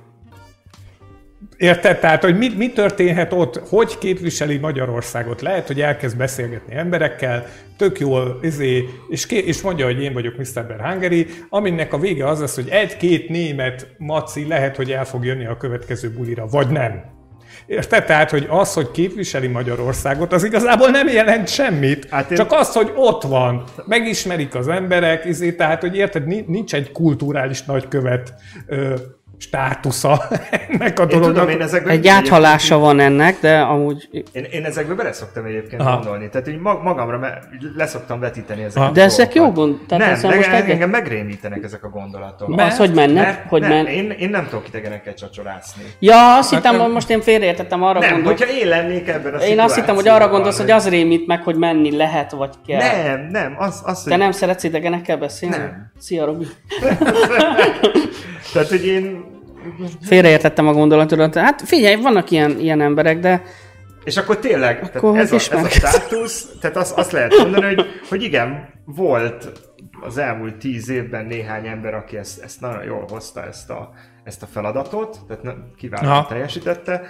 Érted? Tehát, hogy mi, mi történhet ott, hogy képviseli Magyarországot? Lehet, hogy elkezd beszélgetni emberekkel, tök jól, izé, és, ké, és mondja, hogy én vagyok miszter Bear Hungary, aminek a vége az lesz, hogy egy-két német maci lehet, hogy el fog jönni a következő bulira, vagy nem. Érted? Tehát, hogy az, hogy képviseli Magyarországot, az igazából nem jelent semmit, Hát én- csak az, hogy ott van, megismerik az emberek, izé, tehát, hogy érted, nincs egy kulturális nagykövet, ö, státusza ennek a Én tudom, dolognak. én ezekben Egy áthalása van ennek, de amúgy... Én, én ezekbe bele szoktam egyébként Aha. gondolni. Tehát így mag- magamra me- leszoktam vetíteni ezeket. Aha. a De ezek jó dolgokat. gond... Tehát Nem, ezzel meg, most egyet... engem megrémítenek ezek a gondolatok. Az, hogy mennek, Mert- hogy nem, men... én, én nem tudok idegenekkel csacsorászni. Ja, azt Hát hittem, nem- hogy most én félreértettem, arra Nem, gondolok. hogyha én lennék ebben a Én azt hittem, hogy arra szituációban, gondolsz, hogy az rémít meg, hogy menni lehet, vagy kell. Nem, nem, az, az Te hogy... nem szeretsz idegenekkel beszélni? Nem. Szia, Robi. Tehát, hogy én... Félreértettem a gondolatodat. Hát figyelj, vannak ilyen, ilyen emberek, de És akkor tényleg, Akkor tehát ez, a, ez a ismerkedsz. státusz, tehát azt, azt lehet mondani, hogy, hogy igen, volt az elmúlt tíz évben néhány ember, aki ezt, ezt nagyon jól hozta, ezt a, ezt a feladatot, tehát na- kiválóan Aha. teljesítette,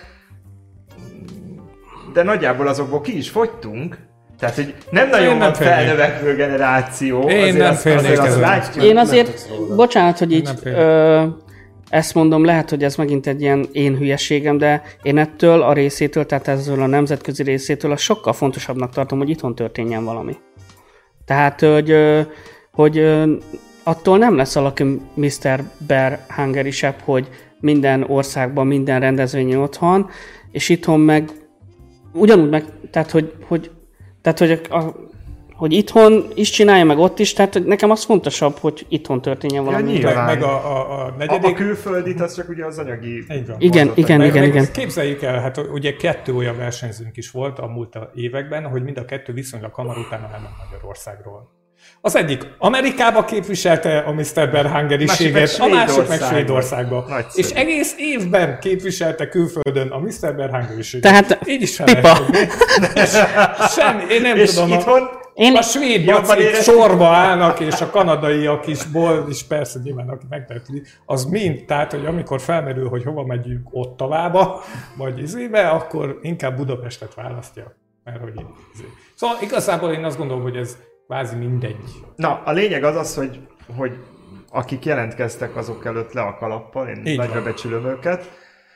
de nagyjából azokból ki is fogytunk, tehát, hogy nem Én nagyon nem van félnék. felnövekvő generáció. Én azért nem azt, félnék azért azt ezen. látjuk. én nem azért, tudsz róla. bocsánat, hogy így Nem félek. ö, ezt mondom, lehet, hogy ez megint egy ilyen én hülyeségem, de én ettől a részétől, tehát ezzel a nemzetközi részétől, az sokkal fontosabbnak tartom, hogy itthon történjen valami. Tehát, hogy, ö, hogy ö, attól nem lesz valaki miszter Bear Hungary-sebb, hogy minden országban, minden rendezvényen ott van, és itthon meg ugyanúgy meg, tehát, hogy, hogy, tehát, hogy, a, hogy itthon is csinálja, meg ott is, tehát hogy nekem az fontosabb, hogy itthon történjen valami. nyilván. Meg, meg a, a, a A, a negyedik... külföldit, az csak ugye az anyagi... Így van. Igen, vonzatai. igen, Meg, igen, meg igen. Képzeljük el, hát ugye kettő olyan versenyzőnk is volt a múlt években, hogy mind a kettő viszonylag hamar utána elment Magyarországról. Az egyik Amerikába képviselte a miszter Bear Hungary-séget, a másik meg Svédországba. Nagyszerű. És egész évben képviselte külföldön a miszter Bear Hungary-séget. Tehát így is fel pipa. lehet fogni. És semmi, én nem És tudom. itthon... Én, A svéd Jobban bacik éreztük. sorba állnak, és a kanadaiak is, ból, is persze nyilván, aki megteheti, az mind, tehát, hogy amikor felmerül, hogy hova megyünk Ottavába, vagy izébe, akkor inkább Budapestet választja. Mert hogy izé. Szóval igazából én azt gondolom, hogy ez kvázi mindegy. Na, a lényeg az az, hogy, hogy akik jelentkeztek, azok előtt le a kalappal, én Így nagyra van. becsülöm őket,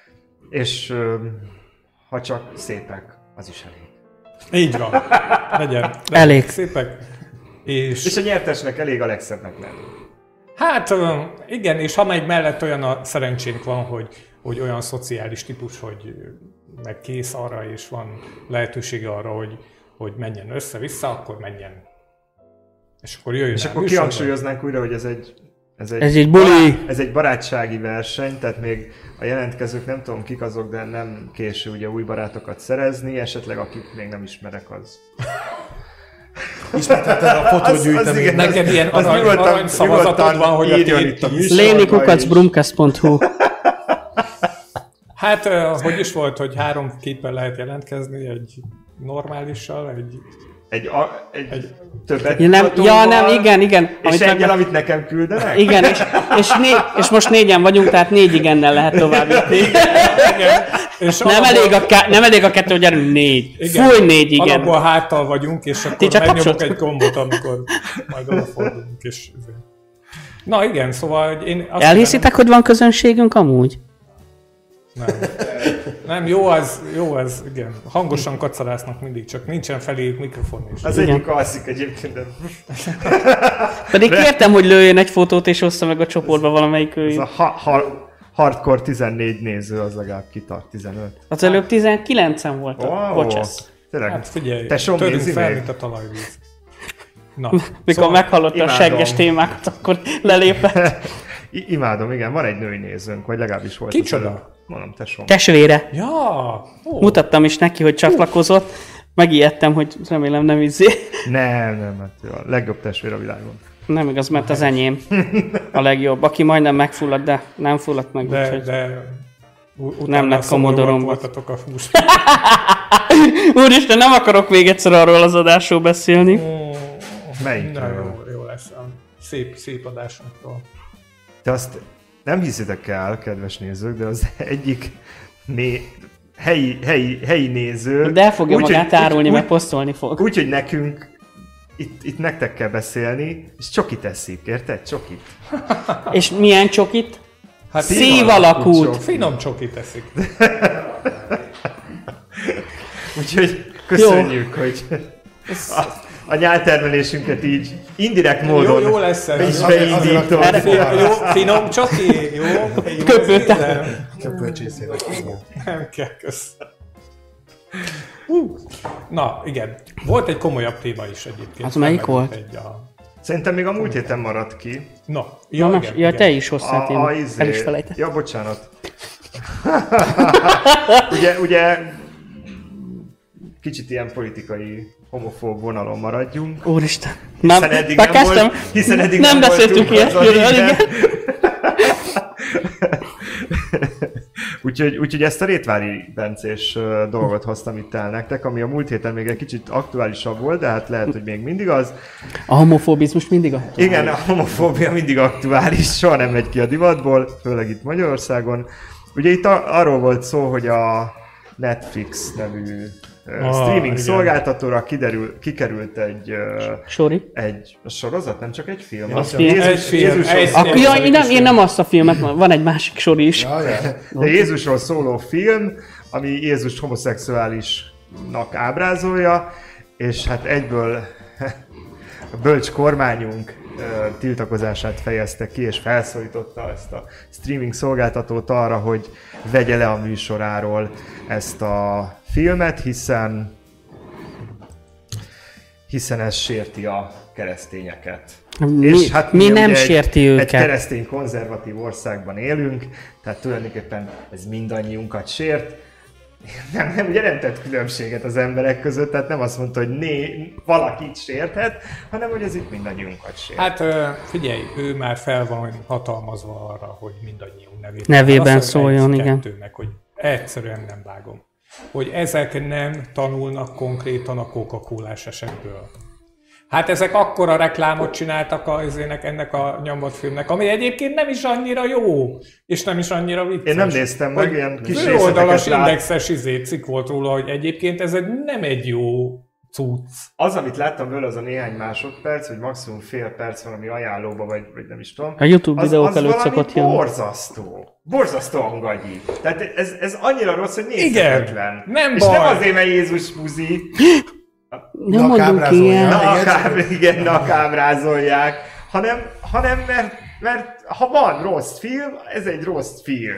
és ö, ha csak szépek, az is elég. Így van. Legyen. legyen Elég. Szépek. És, És a nyertesnek elég a legszebbnek lenni. hát ö, igen, és ha még mellett olyan a szerencsénk van, hogy, hogy olyan szociális típus, hogy meg kész arra, és van lehetősége arra, hogy, hogy menjen össze-vissza, akkor menjen. És akkor jöjjön És el akkor műsorba. kihangsúlyoznánk újra, hogy ez egy, ez egy, Ez egy buli. ez egy barátsági verseny, tehát még a jelentkezők nem tudom kik azok, de nem késő ugye új barátokat szerezni, esetleg akik még nem ismerek, az. Ismerteted a fotógyűjteményt. igen. Neked ilyen Az arany, nyugodtan- arany szavazatod nyugodtan van, hogy a írjon tiéd itt a is. műsor. léni kukac is. brumcast pont hu. Hát, uh, hogy is volt, hogy három képen lehet jelentkezni, egy normálissal, egy... Egy, a, egy, Egy- többet Ja, nem, ja, nem, igen, igen. És Amit egyel, meg, amit nekem küldenek? igen, és, és, négy, és most négyen vagyunk, tehát négy igennel lehet tovább jutni. Igen, és Nem alapból- elég a, ká- nem elég a kettő, hogy gyerünk négy. igen, Fúj, négy igen. Alapból háttal vagyunk, és akkor csak megnyomok kapcsolat- egy gombot, amikor majd odafordulunk, és... Na igen, szóval hogy én azt Elhiszitek, hogy van közönségünk amúgy? Nem. Nem, jó az, jó az, igen. Hangosan kacarásznak mindig, csak nincsen feléjük mikrofon is. Az Igen. egyik alszik egyébként, de Pedig kértem, hogy lőjön egy fotót és ossza meg a csoportba valamelyik ez a őjét. ha, ha, hardcore tizennégy néző, az legalább kitart tizenöt. Az előbb tizenkilencen voltak. Wow. Bocsász. Tényleg? Hát figyelj, Te som törünk nézi fel, még? mint a talajvíz. Na, Mikor szóval- meghallotta a imádom. segges témákat, akkor lelépett. I- imádom, igen, van egy női nézőnk, vagy legalábbis volt. Kicsoda? az előbb. Mondom, tesom. Testvére. Ja, ó, Mutattam is neki, hogy csatlakozott. Megijedtem, hogy remélem nem izé. Nem, nem, hát ő a legjobb testvér a világon. Nem igaz, mert az enyém a legjobb. Aki majdnem megfulladt, de nem fulladt meg. de, úgyhogy... de u- utána Nem lett szomorúak Commodore-om. voltatok a hús. Úristen, nem akarok még egyszer arról az adásról beszélni. Melyik? Na jó, jó lesz. a Szép, szép adásunkról. De azt nem hiszitek el, kedves nézők, de az egyik né- helyi, helyi, helyi néző... De el fogja úgy, magát hogy- árulni, úgy, mert posztolni fog. Úgy, hogy nekünk itt, itt nektek kell beszélni, és csokit eszik, érted? Csokit. És milyen csokit? Hát Szív alakút. Finom csoki teszik. Úgyhogy köszönjük, hogy... a, a nyáltermelésünket így indirekt módon Jó, jó lesz ez. is Azért- beindítom. Jó, finom csoki, jó? Jó Köpőte. ízlem. Köpőcsészére. Nem kell, kösz. Na, igen. Volt egy komolyabb téma is egyébként. Az melyik Felmerült volt? Egy a... Szerintem még a múlt héten maradt ki. Na, Ja, ja, más, igen, ja igen. te is hoztál A, a, témát. izé... El is felejtettem. Ja, bocsánat. ugye, ugye kicsit ilyen politikai homofób vonalon maradjunk. Úristen. Hiszen Már eddig nem bekezdtem. volt, hiszen eddig nem nem beszéltünk voltunk azon, ilyesmiről, igen. igen. úgyhogy, úgyhogy ezt a Rétvári Bencés ö, dolgot hoztam itt el nektek, ami a múlt héten még egy kicsit aktuálisabb volt, de hát lehet, hogy még mindig az. A homofóbizmus mindig a... Igen, a homofóbia mindig aktuális, soha nem megy ki a divatból, főleg itt Magyarországon. Ugye itt a, arról volt szó, hogy a Netflix nevű uh, Ah, streaming igen. szolgáltatóra kiderül, kikerült egy, uh, Sori. egy sorozat, nem csak egy film. Az A film. Egy film, Jézusról, egy- szóló- Ak- ja, én nem, én nem azt a filmet, van egy másik Sori is. Ja, ja. de Jézusról szóló film, ami Jézus homoszexuálisnak ábrázolja, és hát egyből a bölcs kormányunk ö, tiltakozását fejezte ki, és felszólította ezt a streaming szolgáltatót arra, hogy vegye le a műsoráról ezt a filmet, hiszen hiszen ez sérti a keresztényeket. Mi, hát mi nem ugye sérti egy, őket. Egy keresztény konzervatív országban élünk, tehát tulajdonképpen ez mindannyiunkat sért. Nem, nem, ugye nem tett különbséget az emberek között, tehát nem azt mondta, hogy né, valakit sérthet, hanem hogy ez itt mindannyiunkat sért. Hát ö, figyelj, ő már fel van hatalmazva arra, hogy mindannyiunk nevében. Nevében Azt mondja, szóljon, egy, igen. kettőnek, hogy egyszerűen nem vágom. Hogy ezek nem tanulnak konkrétan a Coca-Colás esetből. Hát ezek akkora reklámot csináltak a, ezének, ennek a nyomott filmnek, ami egyébként nem is annyira jó, és nem is annyira vicces. Én nem néztem meg, Hogy ilyen kis főoldalas részleteket lát- indexes izé, cikk volt róla, hogy egyébként ez egy, nem egy jó cucc. Az, amit láttam belőle, az a néhány másodperc, vagy maximum fél perc valami ajánlóba, vagy, vagy nem is tudom. A YouTube az, videók az előtt valami szokott jönni. borzasztó. Borzasztóan gagyi. Tehát ez, ez annyira rossz, hogy Igen, nézhetetlen. nem És baj. nem azért, mert Jézus buzi, Nem Na, mondunk ábrázolja. ilyen. na, igen, akár, igen, na, ábrázolják, hanem, hanem mert, mert ha van rossz film, ez egy rossz film.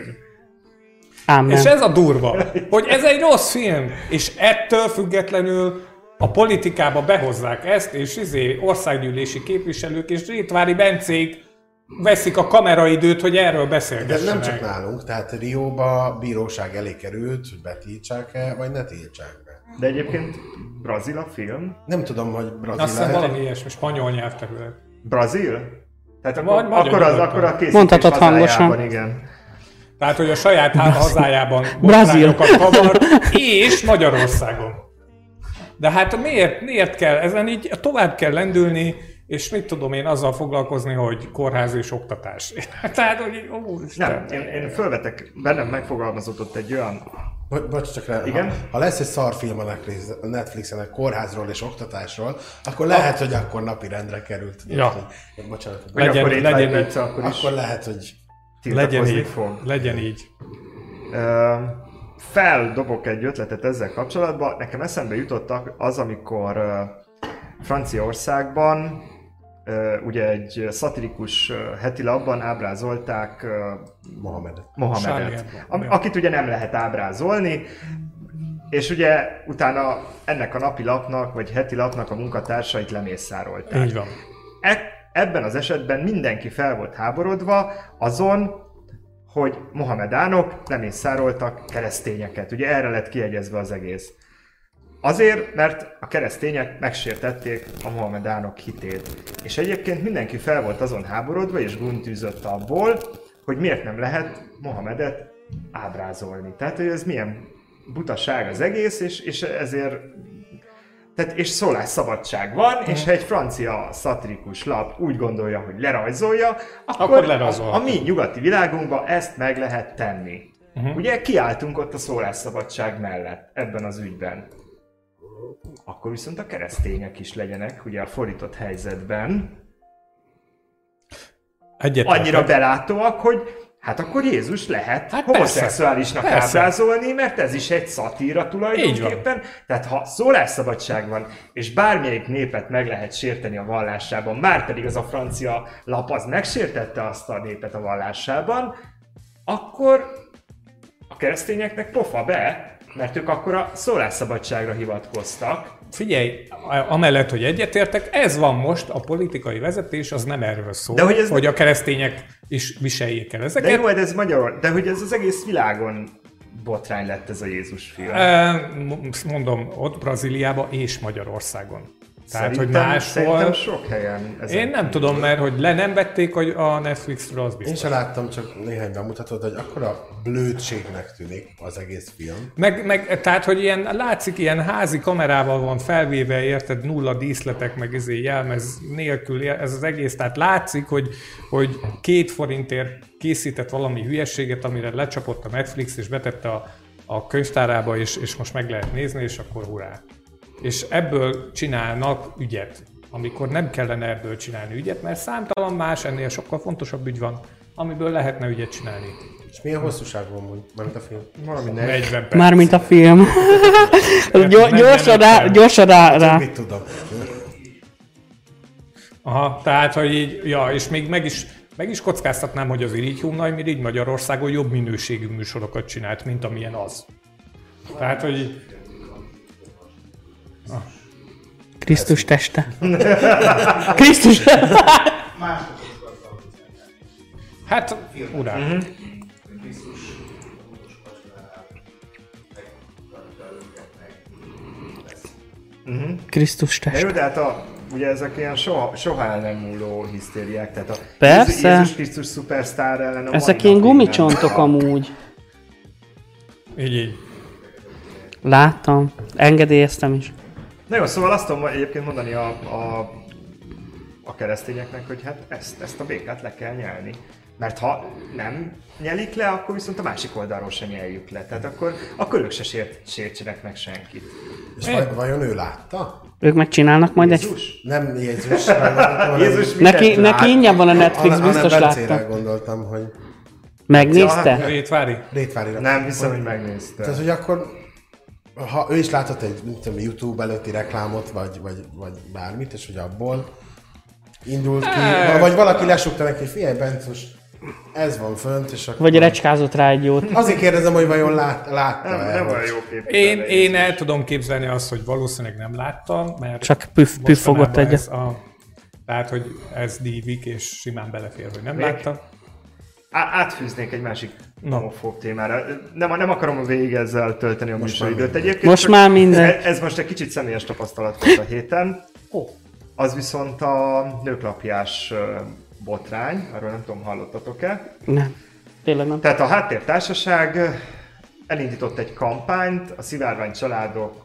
Ámen. És ez a durva, hogy ez egy rossz film, és ettől függetlenül a politikába behozzák ezt, és izé országgyűlési képviselők és Rétvári Bencék veszik a kameraidőt, hogy erről De beszélgessenek. nem csak nálunk, tehát Rióba bíróság elé került, hogy betiltsák-e, vagy ne tiltsák be. De egyébként brazil a film? Nem tudom, hogy Azt brazil hiszem lehet. valami ilyesmi, spanyol nyelvterület. Brazil? Tehát Vagy akkor, magyar akkor, az, nyugodtan. akkor a készítés Mondhatod hazájában, hangosan. igen. Tehát, hogy a saját há- hazájában Brazil. botrányokat kavar, és Magyarországon. De hát miért, miért kell? Ezen így tovább kell lendülni, és mit tudom én azzal foglalkozni, hogy kórház és oktatás. Tehát, hogy ó, Nem, én, én fölvetek, bennem megfogalmazott ott egy olyan... Bo- bocs, csak rá, Igen? ha, ha lesz egy szarfilm a Netflix- a Netflixen a kórházról és oktatásról, akkor lehet, hogy akkor napi rendre került. Ja. Bocsánat. Hogy Legyen- akkor itt legyen legyen így. egyszer, akkor is Akkor lehet, hogy legyen tiltakozni így. fog. Legyen így. Ö, feldobok egy ötletet ezzel kapcsolatban. Nekem eszembe jutottak az, amikor ö, Franciaországban ö, ugye egy szatirikus ö, hetilapban ábrázolták ö, Mohamed. Mohamedet, Charlie Hebdo, am- ja. akit ugye nem lehet ábrázolni, és ugye utána ennek a napi lapnak, vagy heti lapnak a munkatársait lemészárolták. Így van. E- ebben az esetben mindenki fel volt háborodva azon, hogy mohamedánok lemészároltak keresztényeket. Ugye erre lett kiegyezve az egész. Azért, mert a keresztények megsértették a mohamedánok hitét. És egyébként mindenki fel volt azon háborodva, és gúnytűzött abból, hogy miért nem lehet Mohamedet ábrázolni. Tehát, hogy ez milyen butaság az egész, és, és ezért... Tehát, és szólásszabadság van, és ha egy francia szatirikus lap úgy gondolja, hogy lerajzolja, akkor, Akkor a, lerajzolhatja. a mi nyugati világunkban ezt meg lehet tenni. Uh-huh. Ugye kiálltunk ott a szólásszabadság mellett ebben az ügyben. Akkor viszont a keresztények is legyenek, ugye a fordított helyzetben, Egyetlen. annyira belátóak, hogy hát akkor Jézus lehet Hát homoszexuálisnak persze. ábrázolni, mert ez is egy szatíra tulajdonképpen. Tehát ha szólásszabadság van, és bármelyik népet meg lehet sérteni a vallásában, márpedig az a francia lap az megsértette azt a népet a vallásában, akkor a keresztényeknek pofa be, mert ők akkor a szólásszabadságra hivatkoztak. Figyelj, amellett, hogy egyetértek, ez van most, a politikai vezetés az nem erről szól, De hogy ez hogy ne- a keresztények is viseljék el De ezeket. jó, de ez magyar, de hogy ez az egész világon botrány lett ez a Jézus film. E, mondom, ott Brazíliában és Magyarországon. Tehát, Szerintem, hogy szerintem máshol... sok helyen. ezen Én nem kívül. tudom, mert hogy le nem vették hogy a Netflixről, az Én biztos. sem láttam, csak néhány bemutatót, hogy akkora blödségnek tűnik az egész film. Meg, meg, tehát, hogy ilyen, látszik, ilyen házi kamerával van felvéve, érted, nulla díszletek, meg izé jelmez nélkül, ez az egész, tehát látszik, hogy, hogy két forintért készített valami hülyességet, amire lecsapott a Netflix, és betette a, a könyvtárába, és, és most meg lehet nézni, és akkor hurrá. És ebből csinálnak ügyet, amikor nem kellene ebből csinálni ügyet, mert számtalan más, ennél sokkal fontosabb ügy van, amiből lehetne ügyet csinálni. És milyen hosszúságban amúgy, mármint a film? Valami negyven perc. Mármint a film. Gyor- gyorsan rá, gyorsan rá, rá. Mit tudom? Aha, tehát, hogy így, ja, és még meg is, meg is kockáztatnám, hogy az Irigyhum Nagymirigy Magyarországon jobb minőségű műsorokat csinált, mint amilyen az. Tehát, hogy így, Krisztus teste. Krisztus hát, urán. Mhm. Krisztus fontos vacsoráját megtartja őket meg. Krisztus De jó, teste. de hát a, ugye ezek ilyen soha, soha el nem múló hisztériák, tehát a Persze. Jézus Krisztus szupersztár ellen a Ezek mai ilyen napig gumicsontok nem. amúgy. Így, így. Láttam. Engedélyeztem is. Na jó, szóval azt tudom egyébként mondani a, a, a keresztényeknek, hogy hát ezt, ezt a békát le kell nyelni. Mert ha nem nyelik le, akkor viszont a másik oldalról sem nyeljük le. Tehát akkor, akkor ők se sért, sértsenek meg senkit. És vaj, vajon ő látta? Ők megcsinálnak majd egy... Jézus? Nem Jézus. hanem- Jézus Neki, mindent lát. neki ingyen van a Netflix, hanem biztos Bencére látta. gondoltam, hogy Megnézte? Rétvári? Rétvárira. Nem, hiszem, hogy megnézte. Tehát, hogy akkor, ha ő is látott egy mint tudom, YouTube előtti reklámot, vagy, vagy, vagy bármit, és hogy abból indult ki, Hát. vagy valaki lesúgta neki, hogy figyelj, Bencus, ez van fönt, és akkor... Vagy recskázott rá egy jót. Azért kérdezem, hogy vajon lát, látta Nem, el, nem hogy- olyan jó kép. Én, én el tudom képzelni azt, hogy valószínűleg nem láttam, mert Csak püff, püffogott mostanában egyet. ez a, tehát, hogy ez dívik, és simán belefér, hogy nem Még? láttam. Á- átfűznék egy másik Na. homofób témára. Nem, nem akarom végig ezzel tölteni a műsoridőt egyébként. Most csak már minden. Ez, ez most egy kicsit személyes tapasztalat volt a héten. Ó, Az viszont a nőklapjás ö, botrány, arról nem tudom, hallottatok-e. Nem. Tényleg nem. Tehát a Háttértársaság elindított egy kampányt a szivárvány családok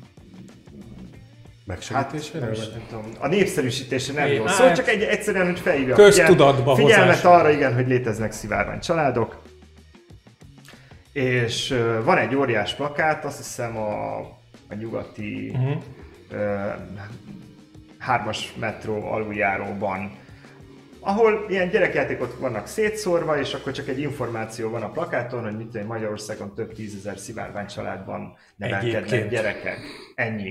hát, Megsegítésére? nem is, vagy? nem tudom, a népszerűsítésre nem É, jó hát, szó, csak egy, egyszerűen, hogy felhívja a köztudatba figyelmet hozásra. arra, igen, hogy léteznek szivárvány családok. És uh, van egy óriás plakát, azt hiszem a, a nyugati uh-huh. uh, hármas metró aluljáróban, ahol ilyen gyerekjátékok vannak szétszórva, és akkor csak egy információ van a plakáton, hogy mit tudom, Magyarországon több tízezer szivárvány családban nevelkednek Egyébként. gyerekek. Ennyi.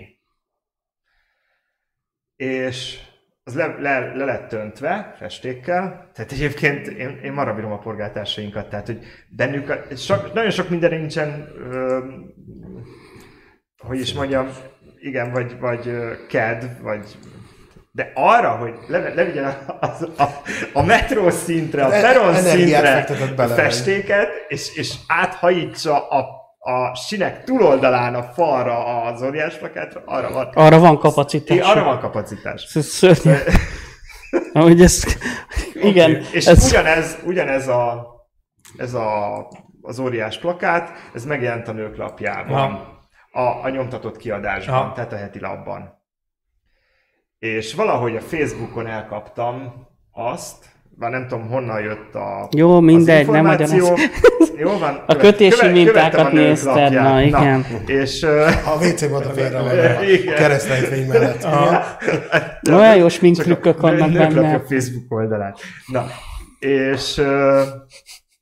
És az le, le, le lett töntve festékkel, tehát egyébként én, én marra bírom a porgátásainkat, tehát hogy bennük a, sok, nagyon sok minden nincsen, ö, hogy is mondjam, igen, vagy, vagy ö, kedv, vagy de arra, hogy le, levigyen a, a, a, a metró szintre, a Hát peron energiát szintre fektetett bele, festéket, és, és áthajítsa a, a sinek túloldalán a falra az óriás plakátra, arra van, Arra van kapacitás. arra van kapacitás. Ez szörnyű. Ahogy ez... Igen. Okay. És ez... ugyanez, ugyanez a, ez a, az óriás plakát, ez megjelent a Nők lapjában, a, a nyomtatott kiadásban, Aha. tehát a heti lapban. És valahogy a Facebookon elkaptam azt, már nem tudom honnan jött a Jó, mindegy, az nem információ. Jó van, A kötési mintákat követtem a Nők nézted, lapját. na, igen. És uh, A vé cé volt a félre van a Igen. keresztrejtvény mellett. Igen. Olyan jó sminktrükkök csak a vannak Nők lapja benne. Facebook oldalán. Na, és uh,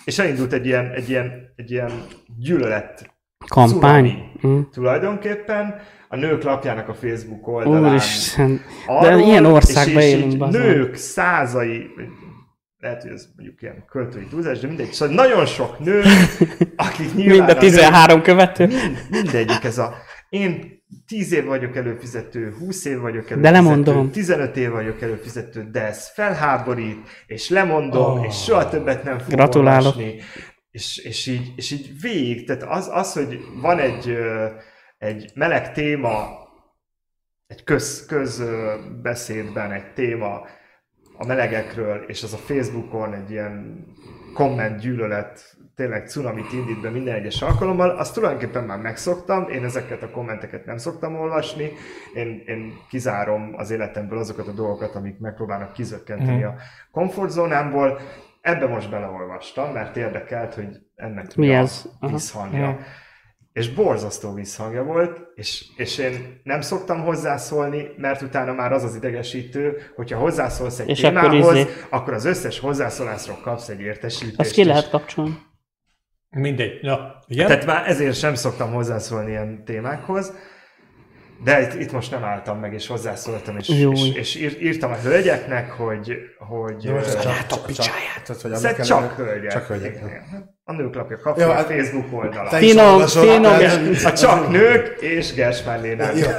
és elindult egy ilyen, egy ilyen, egy ilyen gyűlölet Kampány. cunami Mm. tulajdonképpen a nők lapjának a Facebook oldalán. Úristen. De arról, ilyen országban és, és élünk, így bazd meg. nők százai, lehet, hogy ez mondjuk ilyen költői túlzás, de mindegy, szóval nagyon sok nő, akik nyilván Mind a tizenhárom követő. Mind, mindegyik ez a... Én tíz év vagyok előfizető, húsz év vagyok De előfizető, lemondom. tizenöt év vagyok előfizető, de ez felháborít, és lemondom, Oh. és soha többet nem fogom Gratulálok. olvasni. És, és, így, és így végig, tehát az, az hogy van egy, ö, egy meleg téma, egy köz, közbeszédben egy téma a melegekről, és az a Facebookon egy ilyen komment gyűlölet, tényleg cunamit indít be minden egyes alkalommal, azt tulajdonképpen már megszoktam, én ezeket a kommenteket nem szoktam olvasni, én, én kizárom az életemből azokat a dolgokat, amik megpróbálnak kizökkenteni Mhm. a komfortzónámból. Ebbe most beleolvastam, mert érdekelt, hogy ennek Mi mi a ez? Aha. visszhangja. Mhm. És borzasztó visszhangja volt, és, és én nem szoktam hozzászólni, mert utána már az az idegesítő, hogyha hozzászólsz egy És témához, akkor izé- akkor az összes hozzászólásról kapsz egy értesítést. Azt ki és- lehet kapcsolni. Mindegy. Na, igen? Tehát már ezért sem szoktam hozzászólni ilyen témákhoz, de itt, itt most nem álltam meg, és hozzászóltam, és, Jó. és, és ír, írtam a hölgyeknek, hogy... hogy Jó, most ö, csak, csak, csak, tehát, hogy ez annak csak ellenére- hölgyek. Csak hölgyek. Igen. A nők lapja kapja Jó, a hát- Facebook oldala. Te is Finom, olvasod, finom. tehát- A csak nők és Gersmán Lénán. Jó.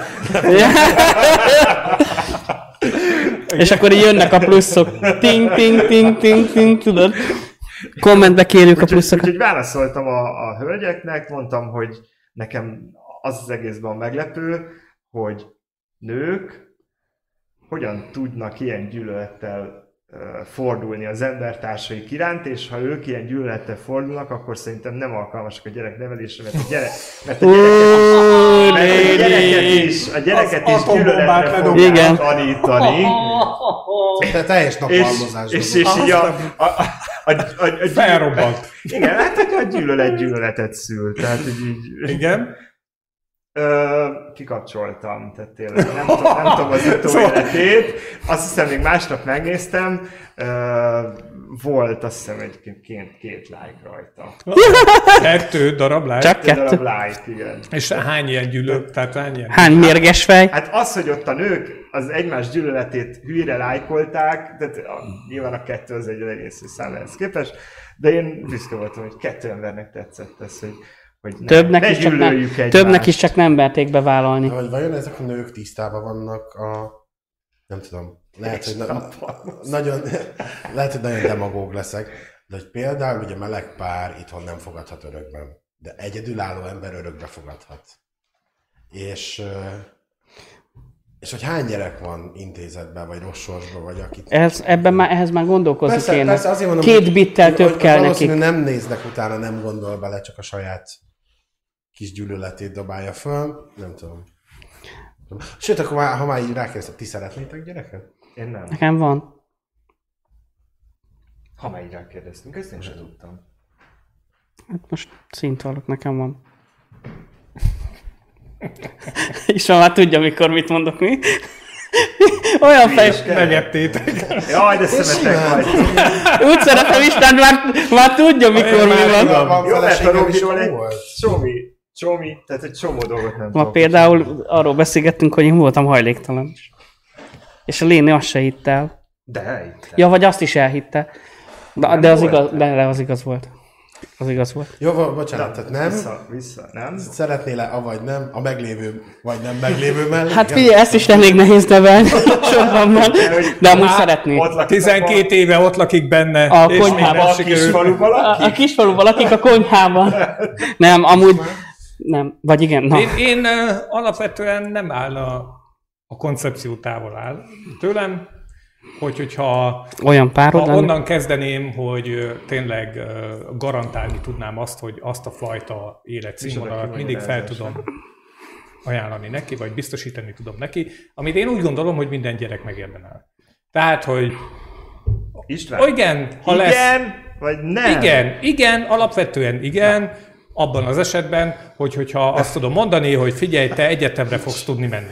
És akkor így jönnek a pluszok. Ting, ting, ting, ting, ting, tudod? Kommentbe kérjük a Úgyhogy, pluszokat. úgyhogy válaszoltam a, a hölgyeknek, mondtam, hogy nekem az az egészben meglepő, hogy nők hogyan tudnak ilyen gyűlölettel ö, fordulni az embertársaik iránt, és ha ők ilyen gyűlölettel fordulnak, akkor szerintem nem alkalmasak a gyereknevelésre, mert a, gyerek, mert a gyereket, mert a gyereket is, a gyereket Az is atombombát gyűlöletre ledobják. Igen. fogják tanítani. Te teljes És, napalmozás. és, és így a, a, a, a, a, a Felrobbant. igen, hát hogy a gyűlölet gyűlöletet szül. Tehát, hogy így... Igen. Ö, kikapcsoltam, tehát tényleg nem, tudom, nem tudom az utóéletét. Azt hiszem, még másnap megnéztem, ö, volt azt hiszem egy két, két like rajta. Kettő darab like. Csak Egy darab kettő. like, igen. És hány ilyen gyűlöl? Tehát hány ilyen? Hány mérges fej? Hát az, hogy ott a nők az egymás gyűlöletét hülyre lájkolták, tehát a, nyilván a kettő az egy egész szám ehhez képest, de én büszke voltam, hogy kettő embernek tetszett ez, hogy, hogy ne, Többnek, ne is csak nem, gyűlöljük egymást. többnek is csak nem merték bevállalni. Vagy vajon ezek a nők tisztában vannak a... Nem tudom. Lehet, hogy na, nagyon, lehet, hogy nagyon demagóg leszek, de hogy például ugye meleg pár itthon nem fogadhat örökben, de egyedülálló ember örökbe fogadhat. És, ö, és hogy hány gyerek van intézetben, vagy rossz sorsban, vagy akit... Ez, ebben már, ehhez már gondolkozni Persze, kéne. persze, azért mondom, Két hogy- bittel hogy- több hogy kell valószínű nekik. nem néznek utána, nem gondol bele, csak a saját kis gyűlöletét dobálja föl. Nem tudom. Sőt, akkor már, ha már így rákérdeztem, ti szeretnétek gyereket? Én nem. Nekem van. Ha már így rákérdeztünk, ezt én sem tudtam. Hát most szint vallok, nekem van. És már tudja, mikor mit mondok mi. Olyan fej... Megettétek. Jaj, de szemetek vagy. Úgy szeretem Isten, már, már tudja, mikor mi van. Jó, mert a feleségem is Robiról egy volt. csomó, csomó, tehát egy csomó dolgot nem Ma tudok. például arról beszélgettünk, hogy én voltam hajléktalan. És a Léni azt se hitte el. De, itt. Ja, vagy azt is elhitte. De, Nem de, az, volt? igaz, de, de az igaz volt. Az igaz volt. Jó, bo- bocsánat, tehát nem? Vissza, vissza, nem? Szeretnél-e, avagy nem, a meglévő, vagy nem meglévő mellé? Hát Igen? figyelj, ezt is elég nehéz nevelni. Sokban van. De amúgy Hát, szeretnék. Ott lakik tizenkét éve ott lakik benne. A és konyhában, még nem a sikerült. kisfaluban A, lakik? a kisfaluban lakik a konyhában. Nem, amúgy... Nem, vagy igen, na. Én, én uh, alapvetően nem áll a, a koncepció távol áll tőlem, hogy hogyha Olyan párod ha lenne. onnan kezdeném, hogy ö, tényleg ö, garantálni tudnám azt, hogy azt a fajta életszínvonalat mindig fel tudom ajánlani neki, vagy biztosítani tudom neki, amit én úgy gondolom, hogy minden gyerek megérdemel. Tehát, hogy István? igen, ha lesz... Igen, vagy nem? Igen, igen, alapvetően igen, abban az esetben, hogy, hogyha azt tudom mondani, hogy figyelj, te egyetemre fogsz tudni menni.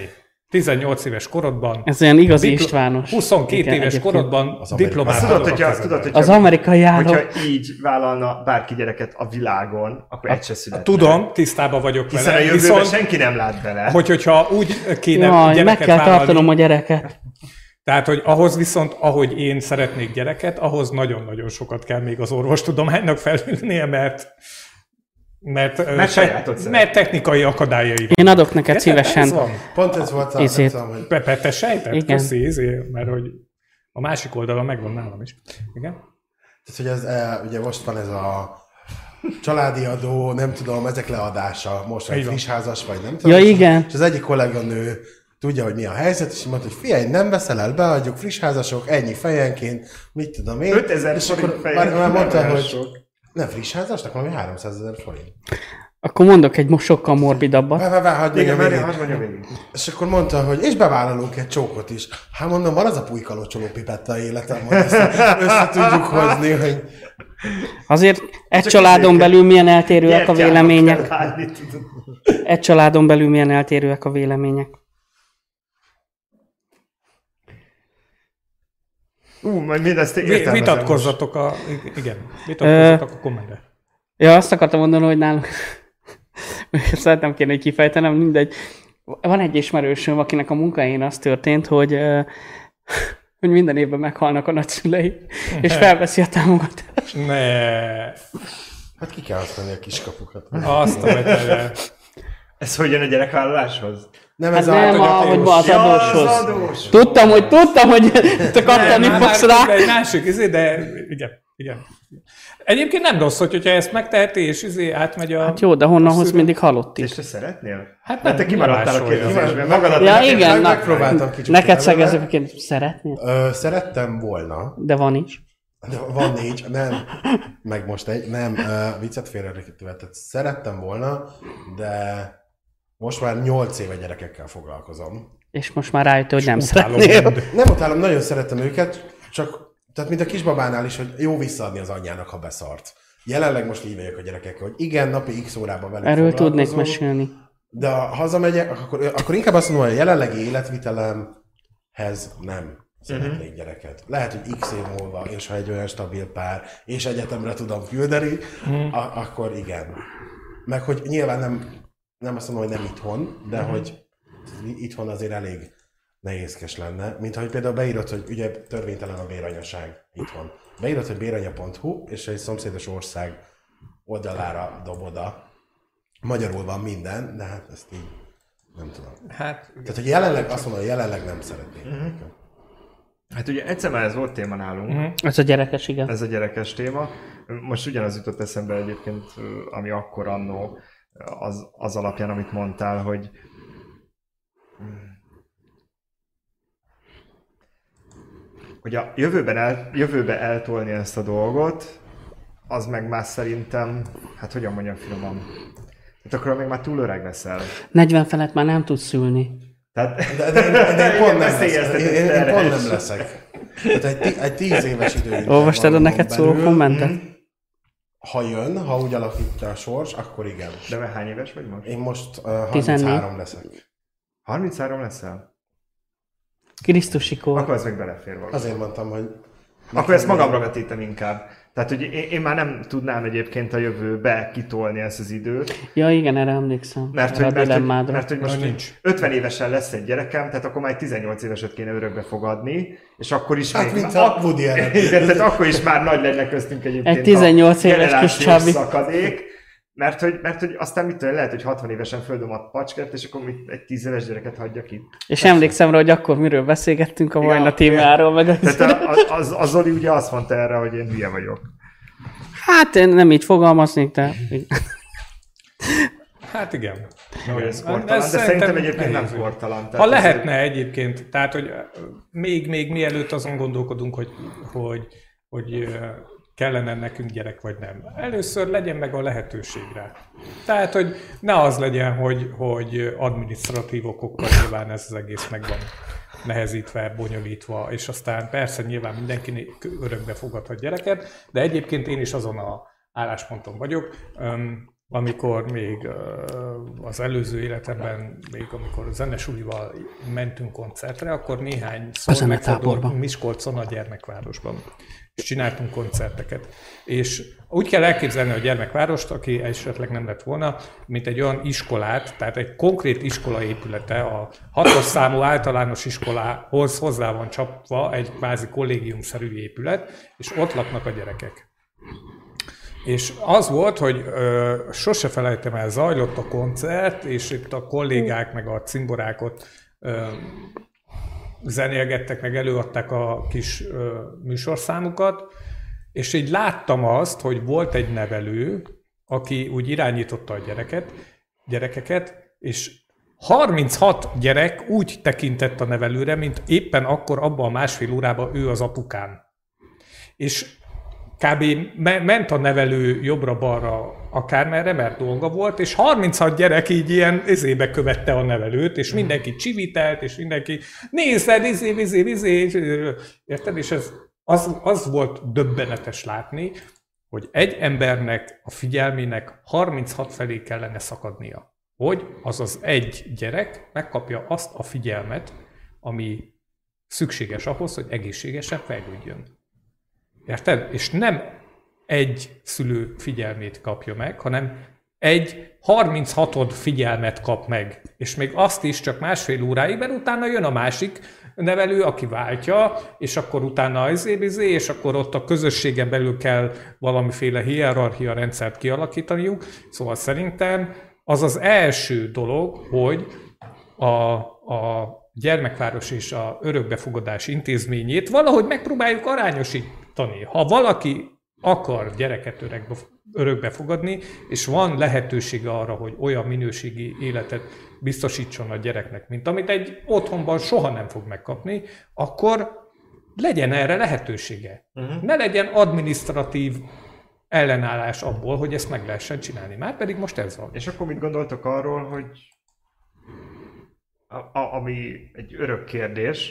tizennyolc éves korodban. Ez olyan igazi diplo- Istvános. huszonkét Igen, éves egyébként. korodban Az diplomát Azt tudod, adok a hogyha, kezedbe. tudod, hogyha, Az amerikai álló. hogyha így vállalna bárki gyereket a világon, akkor egy se születne. Tudom, tisztában vagyok Hiszen a vele, jövőben viszont senki nem lát bele. hogy, hogyha úgy kéne Jaj, meg gyereket kell vállalni, tartanom a gyereket. tehát, hogy ahhoz viszont, ahogy én szeretnék gyereket, ahhoz nagyon-nagyon sokat kell még az orvostudománynak felülnie, mert mert, Mert sajátod szeret. mert technikai akadályai Én adok neked Ez szívesen. van. Pont ez volt a, nem Izét. tudom, hogy Pepe, te sejtett? Igen. Köszi, izé, mert hogy a másik oldalon megvan nálam is. Igen? tehát, hogy ez, e, ugye most van ez a családi adó, nem tudom, ezek leadása, most egy Így van. friss házas vagy, nem tudom. Ja, és- igen. És az egyik kolléganő tudja, hogy mi a helyzet, és mondta, hogy figyelj, nem veszel el, beadjuk friss házasok, ennyi fejenként, mit tudom én. ötezer és forint akkor fejenként már, már nem mondta, olyan hogy sok. nem friss házasnak, valami háromszázezer forint. Akkor mondok egy most sokkal morbidabbat. Várj, várj, várj, hagyd Igen, mondjam várjál, végig. hadd mondjam végig. És akkor mondta, hogy és bevállalunk egy csókot is. Hát mondom, van az a pulykalocsoló pipetta a életem, hogy ezt össze tudjuk hozni, hogy Azért egy Csak családon izé- belül milyen eltérőek a Gyertyának vélemények. kell állni, tudod. Egy családon belül milyen eltérőek a vélemények. Ú, majd mindezt Vi- értelmezem most. Vitatkozzatok a... Igen, vitatkozzatok a kommentbe. Ja, azt akartam mondani, hogy nálunk... Szeretném kérni, hogy kifejtenem, mindegy. Van egy ismerősöm, akinek a munkáján az történt, hogy, ö, hogy minden évben meghalnak a nagyszülei, és felveszi a támogatást. Ne, hát ki kell használni a kiskapukat. azt a betelje. Ez hogy jön a gyerekvállaláshoz? Nem Hát ez nem, a... a, hogy az Ja, az adóshoz. adós. Tudtam, hogy tudtam, hogy te kaptani Nem, fogsz már rá. egy másik, izé, de igen, igen. Egyébként nem rossz, hogyha ezt megteheti, és izé átmegy a... Hát jó, de honnan hoz szülő- mindig halott És is. te szeretnél? Hát Hát te nem, kimaradtál a másolja. kérdezésben. Magadat Ja, nem- igen, meg- na- Megpróbáltam kicsit. Neked eleve. szegezek a kérdést. Szeretnél? Ö, szerettem volna, De van is. de van négy, nem, meg most egy, nem, uh, viccet félreértve, tehát szerettem volna, de most már nyolc éve gyerekekkel foglalkozom. És most már rájöttél, hogy nem Utálom szeretnél. mind. Nem utálom, nagyon szeretem őket, csak, tehát mint a kisbabánál is, hogy jó visszaadni az anyjának, ha beszart. Jelenleg most így vagyok a gyerekekkel, hogy igen, napi x órában velük Erről tudnék foglalkozom, mesélni. de ha hazamegyek, akkor, akkor inkább azt mondom, hogy a jelenlegi életvitelemhez nem szeretnék uh-huh. gyereket. Lehet, hogy x év múlva, és ha egy olyan stabil pár, és egyetemre tudom küldeni, uh-huh. a- akkor igen. Meg hogy nyilván nem, nem azt mondom, hogy nem itthon, de uh-huh. hogy itthon azért elég nehézkes lenne, mint ahogy például beírod, hogy ugye törvénytelen a béranyaság itthon. Beírod, hogy béranya pont hu, és egy szomszédos ország oldalára dobod a magyarul van minden, de hát ezt így nem tudom. Hát, Tehát, hogy jelenleg azt mondom, hogy jelenleg nem szeretnék. Uh-huh. Hát ugye egyszer már ez volt téma nálunk, Mhm. Ez a gyerekes, igen. ez a gyerekes téma. Most ugyanaz jutott eszembe egyébként, ami akkor annó az, az alapján, amit mondtál, hogy hogy a jövőben el, jövőbe eltolni ezt a dolgot, az meg már szerintem, hát hogyan mondjam finoman, hát akkor meg már túl öreg leszel. negyven felett már nem tudsz szülni. Tehát, De, de, de, de én pont nem leszek. veszélyeztetett Én, én, én pont terhes. nem leszek. Tehát egy, ti- egy tíz éves időn. Olvastad a neked szóló kommentet? Ha jön, ha úgy alakítja a sors, akkor igen. De mert hány éves vagy most? Én most uh, harminchárom leszek. harminchárom leszel? Krisztusi kor. Akkor ez meg belefér valami. Azért mondtam, hogy... Akkor ezt magamra vetítem inkább. Tehát, hogy én, én már nem tudnám egyébként a jövőbe kitolni ezt az időt, Ja, igen, erre emlékszem. mert, erre hogy, a mert, hogy, dilemmádra. mert hogy most Na, nincs. ötven évesen lesz egy gyerekem, tehát akkor már tizennyolc éveset kéne örökbe fogadni, és akkor is Hát, még... mint a Woody Allen. Igen, tehát akkor is már nagy lenne köztünk egyébként Egy tizennyolc a éves kis generációs csabi. szakadék, mert hogy, mert hogy aztán mit tudom, lehet, hogy hatvan évesen földöm a pacskert, és akkor mit, egy tíz éves gyereket hagyjak itt. És emlékszem rá, hogy akkor miről beszélgettünk a Ja, Vajna témáról, meg a... Tehát a, a, az, az Zoli ugye azt mondta erre, hogy én hülye vagyok. Hát én nem így fogalmaznék, de... hát igen. Hogy ez Hát kortalan, ez de szerintem szerintem egyébként nem nehéz. kortalan. Ha Tehát lehetne egyébként, tehát hogy még, még mielőtt azon gondolkodunk, hogy, hogy, hogy kellene nekünk gyerek, vagy nem. Először legyen meg a lehetőség rá. Tehát, hogy ne az legyen, hogy, hogy adminisztratív okokkal nyilván ez az egész meg van nehezítve, bonyolítva, és aztán persze nyilván mindenki örökbe fogadhat gyereket, de egyébként én is azon a állásponton vagyok, amikor még az előző életemben, még amikor zenesulival mentünk koncertre, akkor néhány szól megfordult Miskolcon a gyermekvárosban. És csináltunk koncerteket. És úgy kell elképzelni a gyermekvárost, aki esetleg nem lett volna, mint egy olyan iskolát, tehát egy konkrét iskola épülete, a hatos számú általános iskolához hozzá van csapva egy kvázi kollégiumszerű épület, és ott laknak a gyerekek. És az volt, hogy ö, sose felejtem el, zajlott a koncert, és itt a kollégák meg a cimborákot ö, zenélgettek, meg előadták a kis ö, műsorszámukat, és így láttam azt, hogy volt egy nevelő, aki úgy irányította a gyereket, gyerekeket, és harminchat gyerek úgy tekintett a nevelőre, mint éppen akkor abban a másfél órában ő az apukám. És kb. Ment a nevelő jobbra-balra akármerre, mert dolga volt, és harminchat gyerek így ilyen izébe követte a nevelőt, és mindenki csivitelt, és mindenki nézd, izé, izé, izé, érted? És ez, az, az volt döbbenetes látni, hogy egy embernek a figyelmének harminchat felé kellene szakadnia. Hogy az az egy gyerek megkapja azt a figyelmet, ami szükséges ahhoz, hogy egészségesen fejlődjön. Érted? És nem egy szülő figyelmét kapja meg, hanem egy harminchatod figyelmet kap meg. És még azt is csak másfél óráig, mert utána jön a másik nevelő, aki váltja, és akkor utána az ébizé, és akkor ott a közösségen belül kell valamiféle hierarchia rendszert kialakítaniuk. Szóval szerintem az az első dolog, hogy a, a gyermekváros és a örökbefogadás intézményét valahogy megpróbáljuk arányosítani. Ha valaki akar gyereket örökbe fogadni, és van lehetősége arra, hogy olyan minőségi életet biztosítson a gyereknek, mint amit egy otthonban soha nem fog megkapni, akkor legyen erre lehetősége. Uh-huh. Ne legyen adminisztratív ellenállás abból, hogy ezt meg lehessen csinálni. Már pedig most ez van. És akkor mit gondoltok arról, hogy a, a, ami egy örök kérdés,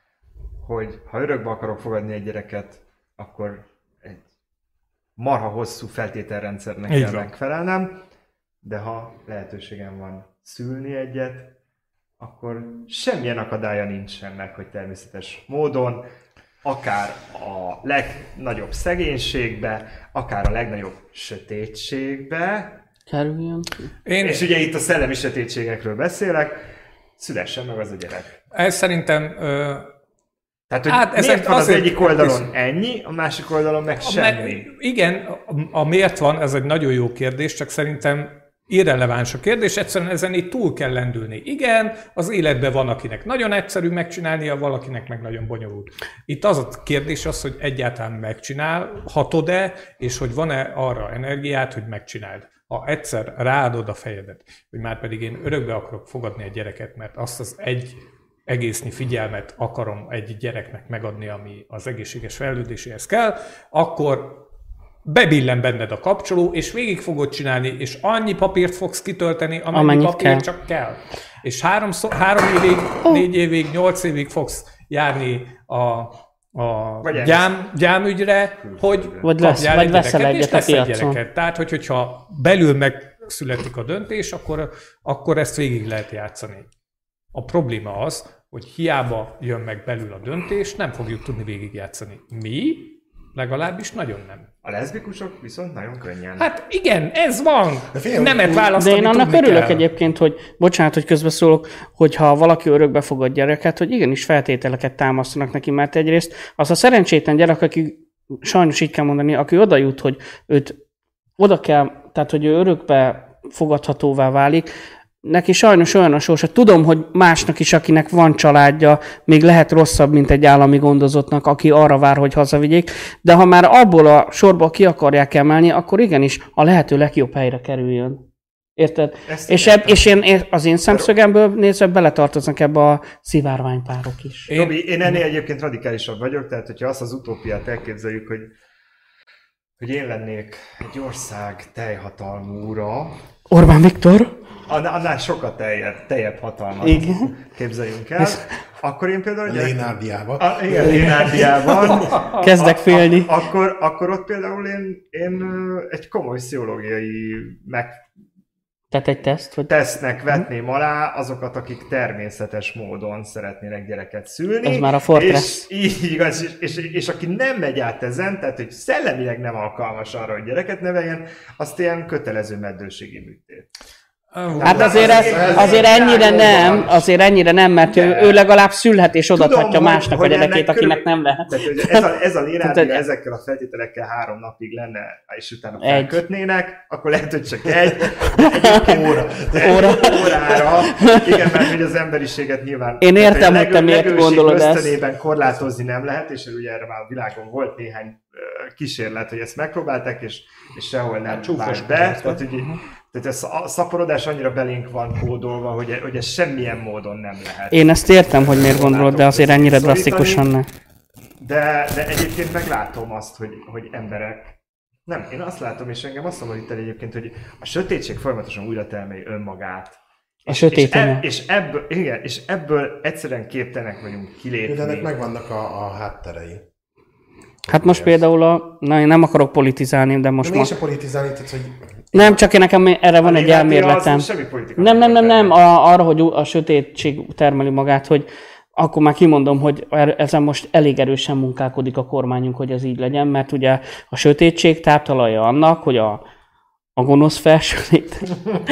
hogy ha örökbe akarok fogadni egy gyereket, akkor egy marha hosszú feltételrendszernek kell megfelelnem, de ha lehetőségem van szülni egyet, akkor semmilyen akadálya nincs ennek, hogy természetes módon, akár a legnagyobb szegénységbe, akár a legnagyobb sötétségbe, kerüljön. Én... és ugye itt a szellemi sötétségekről beszélek, szülessen meg az a gyerek. Ez szerintem... Ö... Tehát, hogy hát, miért van az egyik oldalon is... ennyi, a másik oldalon meg semmi? Me... Igen, a, a miért van, ez egy nagyon jó kérdés, csak szerintem irreleváns a kérdés, egyszerűen ezen itt túl kell lendülni. Igen, az életben van, akinek nagyon egyszerű megcsinálnia, valakinek meg nagyon bonyolult. Itt az a kérdés az, hogy egyáltalán megcsinálhatod-e, és hogy van-e arra energiát, hogy megcsináld. Ha egyszer ráadod a fejedet, hogy már pedig én örökbe akarok fogadni egy gyereket, mert azt az egy egésznyi figyelmet akarom egy gyereknek megadni, ami az egészséges fejlődéséhez kell, akkor bebillen benned a kapcsoló, és végig fogod csinálni, és annyi papírt fogsz kitölteni, amennyi Amennyit papír kell. Csak kell. És három, szó, három évig, oh. négy évig, nyolc évig fogsz járni a, a gyám, gyámügyre, hogy vagy lesz, kapjál vagy egy veszel gyereket, és lesz egy piacon. gyereket. Tehát, hogy, hogyha belül megszületik a döntés, akkor, akkor ezt végig lehet játszani. A probléma az, hogy hiába jön meg belül a döntés, nem fogjuk tudni végigjátszani. Mi? Legalábbis nagyon nem. A leszbikusok viszont nagyon könnyen. Hát igen, ez van! Nemet választani. De én annak örülök kell. Egyébként, hogy bocsánat, hogy közbeszólok, hogyha valaki örökbe fogad gyereket, hogy igenis feltételeket támasztanak neki, mert egyrészt az a szerencsétlen gyerek, aki sajnos így kell mondani, aki oda jut, hogy őt oda kell, tehát hogy ő örökbe fogadhatóvá válik, neki sajnos olyan a sorsa. Tudom, hogy másnak is, akinek van családja, még lehet rosszabb, mint egy állami gondozottnak, aki arra vár, hogy hazavigyék, de ha már abból a sorból ki akarják emelni, akkor igenis a lehető legjobb helyre kerüljön. Érted? És, eb, és én az én szemszögemből nézve beletartoznak ebbe a szivárványpárok is. Én... Robi, én ennél egyébként radikálisabb vagyok, tehát hogyha azt az utópiát elképzeljük, hogy, hogy én lennék egy ország teljhatalmú ura. Orbán Viktor? annál, annál sokkal teljebb, teljebb hatalmat Igen. képzeljünk el. Akkor én például... Gyerek... Lénárdiába. A, igen, Lénárdiában. Kezdek félni. A, a, akkor, akkor ott például én, én egy komoly pszichológiai meg Tehát egy teszt? Vagy... tesznek vetném alá azokat, akik természetes módon szeretnének gyereket szülni. Ez már a Fortress. És, így igaz, és, és, és, és aki nem megy át ezen, tehát hogy szellemileg nem alkalmas arra, hogy gyereket neveljen, azt ilyen kötelező meddőségi műtét. Hát azért, azért ennyire nem, azért ennyire nem, mert ő, ő legalább szülhet és odaadhatja Tudom, másnak hogy- a hogy gyerekét, ennek akinek körül- nem lehet. Tehát, hogy ez a, ez a lénárdia Tehát, ezekkel a feltételekkel három napig lenne, és utána Egy. felkötnének, akkor lehet, hogy csak egy, de egyébként óra. Óra. órára. Igen, mert hogy az emberiséget nyilván... Én értem, tehát, hogy te miért legőség gondolod ezt. ösztönében korlátozni nem lehet, és ugye erre már a világon volt néhány ö, kísérlet, hogy ezt megpróbálták, és, és sehol nem vált be. Tehát, hogy, tehát ez a szaporodás annyira belénk van kódolva, hogy, hogy ez semmilyen módon nem lehet. Én ezt értem, hogy miért gondolod, de azért ennyire Szorítani. drasztikusan ne. De, de egyébként meglátom azt, hogy, hogy emberek... Nem, én azt látom, és engem azt szomorít el egyébként, hogy a sötétség folyamatosan újra termeli önmagát. A sötét és, anya. eb, és, ebből, igen, és ebből egyszerűen képtelenek vagyunk kilépni. De ennek megvannak a, a hátterei. Hát most például a... Na, én nem akarok politizálni, de most De én ma... se politizálni, tehát hogy... Nem, csak én nekem erre van A egy lénárdia elmérletem. az semmi politika Nem, nem, nem, nem, termel. a, arra, hogy a sötétség termeli magát, hogy akkor már kimondom, hogy er- ezen most elég erősen munkálkodik a kormányunk, hogy ez így legyen, mert ugye a sötétség táptalaja annak, hogy a, a gonosz felsőlét,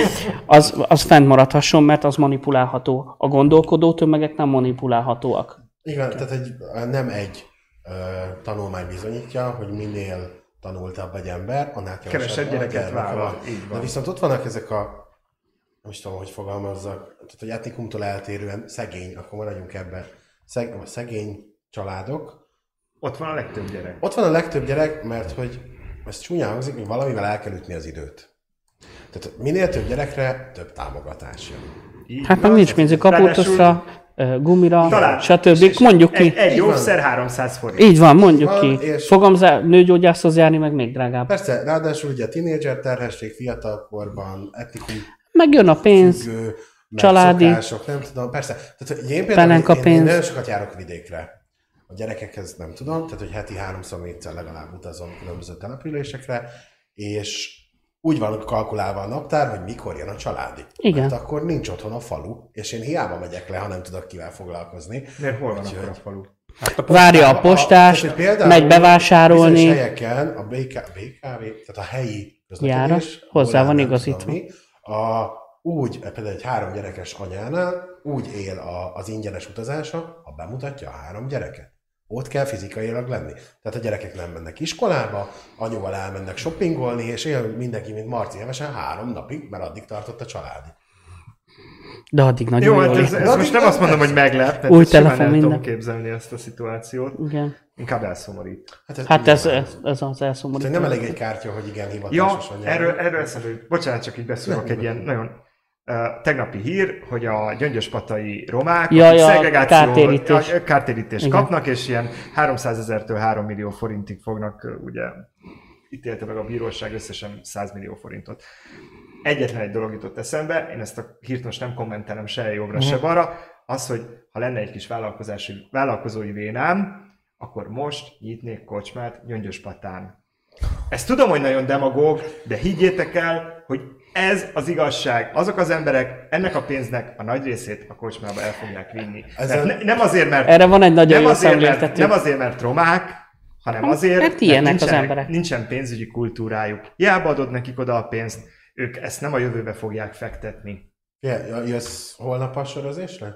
az, az fent maradhasson, mert az manipulálható. A gondolkodó tömegek nem manipulálhatóak. Igen, tehát egy, nem egy ö, tanulmány bizonyítja, hogy minél tanultabb egy ember, annál Kevesebb kevesebb gyereket gyermeke vállal, így van. De viszont ott vannak ezek a, nem is tudom, hogy fogalmazzak, tehát hogy etnikumtól eltérően szegény, akkor maradjunk ebben, Szeg, a szegény családok. Ott van a legtöbb gyerek. Ott van a legtöbb gyerek, mert hogy ez csúnyán hangzik, hogy valamivel el kell ütni az időt. Tehát minél több gyerekre, több támogatás jön. Így Hát meg van. nincs pénzük kaputoszra, ö, gumira, Talán. stb. Mondjuk ki. Egy, egy Így jószer háromszáz forint. Így van, mondjuk Van, ki. és- Fogom zá- nőgyógyászhoz járni, meg még drágább. Persze, ráadásul ugye a tínédzser terhesség fiatalkorban, etnikum Meg jön a pénz. függő, meg családi. szokások, nem tudom, persze. Tehát hogy én például Pelenka én, én, pénz. nagyon sokat járok vidékre. A gyerekekhez nem tudom, tehát hogy heti háromszor, négyszer legalább utazom különböző településekre, és úgy van kalkulálva a naptár, hogy mikor jön a családi. Igen. Mert akkor nincs otthon a falu, és én hiába megyek le, ha nem tudok kivel foglalkozni. Mert hol van Úgyhogy- akkor a falu? Várja a postást, tehát, hogy például megy bevásárolni. bizonyos helyeken a bé ká vé, tehát a helyi közlekedés, Járat, hozzá hol áll, van nem igazítva. tudom mi, a, úgy, például egy három gyerekes anyánál úgy él a, az ingyenes utazása, ha bemutatja a három gyereket. Ott kell fizikailag lenni. Tehát a gyerekek nem mennek iskolába, anyuval elmennek shoppingolni, és él mindenki, mint Marci Hevesen három napig, mert addig tartott a családi. De addig nagyon Jó, jó. hát ez, ez most nem azt mondom, hogy meglep, mert Új simán telefon, el tudom minden. képzelni ezt a szituációt. Igen. Inkább elszomorít. Hát ez, nyilván. ez, ez az elszomorító. Tehát nem elég egy kártya, hogy igen, Ja, hivatásos anyám. erről, erről eszembe, hogy bocsánat, csak így beszélok egy ilyen nagyon uh, tegnapi hír, hogy a gyöngyöspatai romák Ja, akik ja, szegregáció- kártérítés. ja, kártérítést Igen. kapnak, és ilyen háromszázezertől három millió forintig fognak, uh, ugye ítélte meg a bíróság összesen száz millió forintot. Egyetlen egy dolog jutott eszembe, én ezt a hírt most nem kommentelem se jobbra, se balra, az, hogy ha lenne egy kis vállalkozási, vállalkozói vénám, akkor most nyitnék kocsmát Gyöngyöspatán. Ezt tudom, hogy nagyon demagóg, de higgyétek el, hogy ez az igazság. Azok az emberek ennek a pénznek a nagy részét a kocsmába el fogják vinni. Ezen- Ne, nem azért, mert, Erre van egy nagyon nem jó azért, mert, szemléltető. nem azért, mert romák, hanem azért, mert ilyenek az nincsenek- emberek. nincsen pénzügyi kultúrájuk. Hiába adod nekik oda a pénzt, ők ezt nem a jövőbe fogják fektetni. Ja, jössz holnap a sorozésre?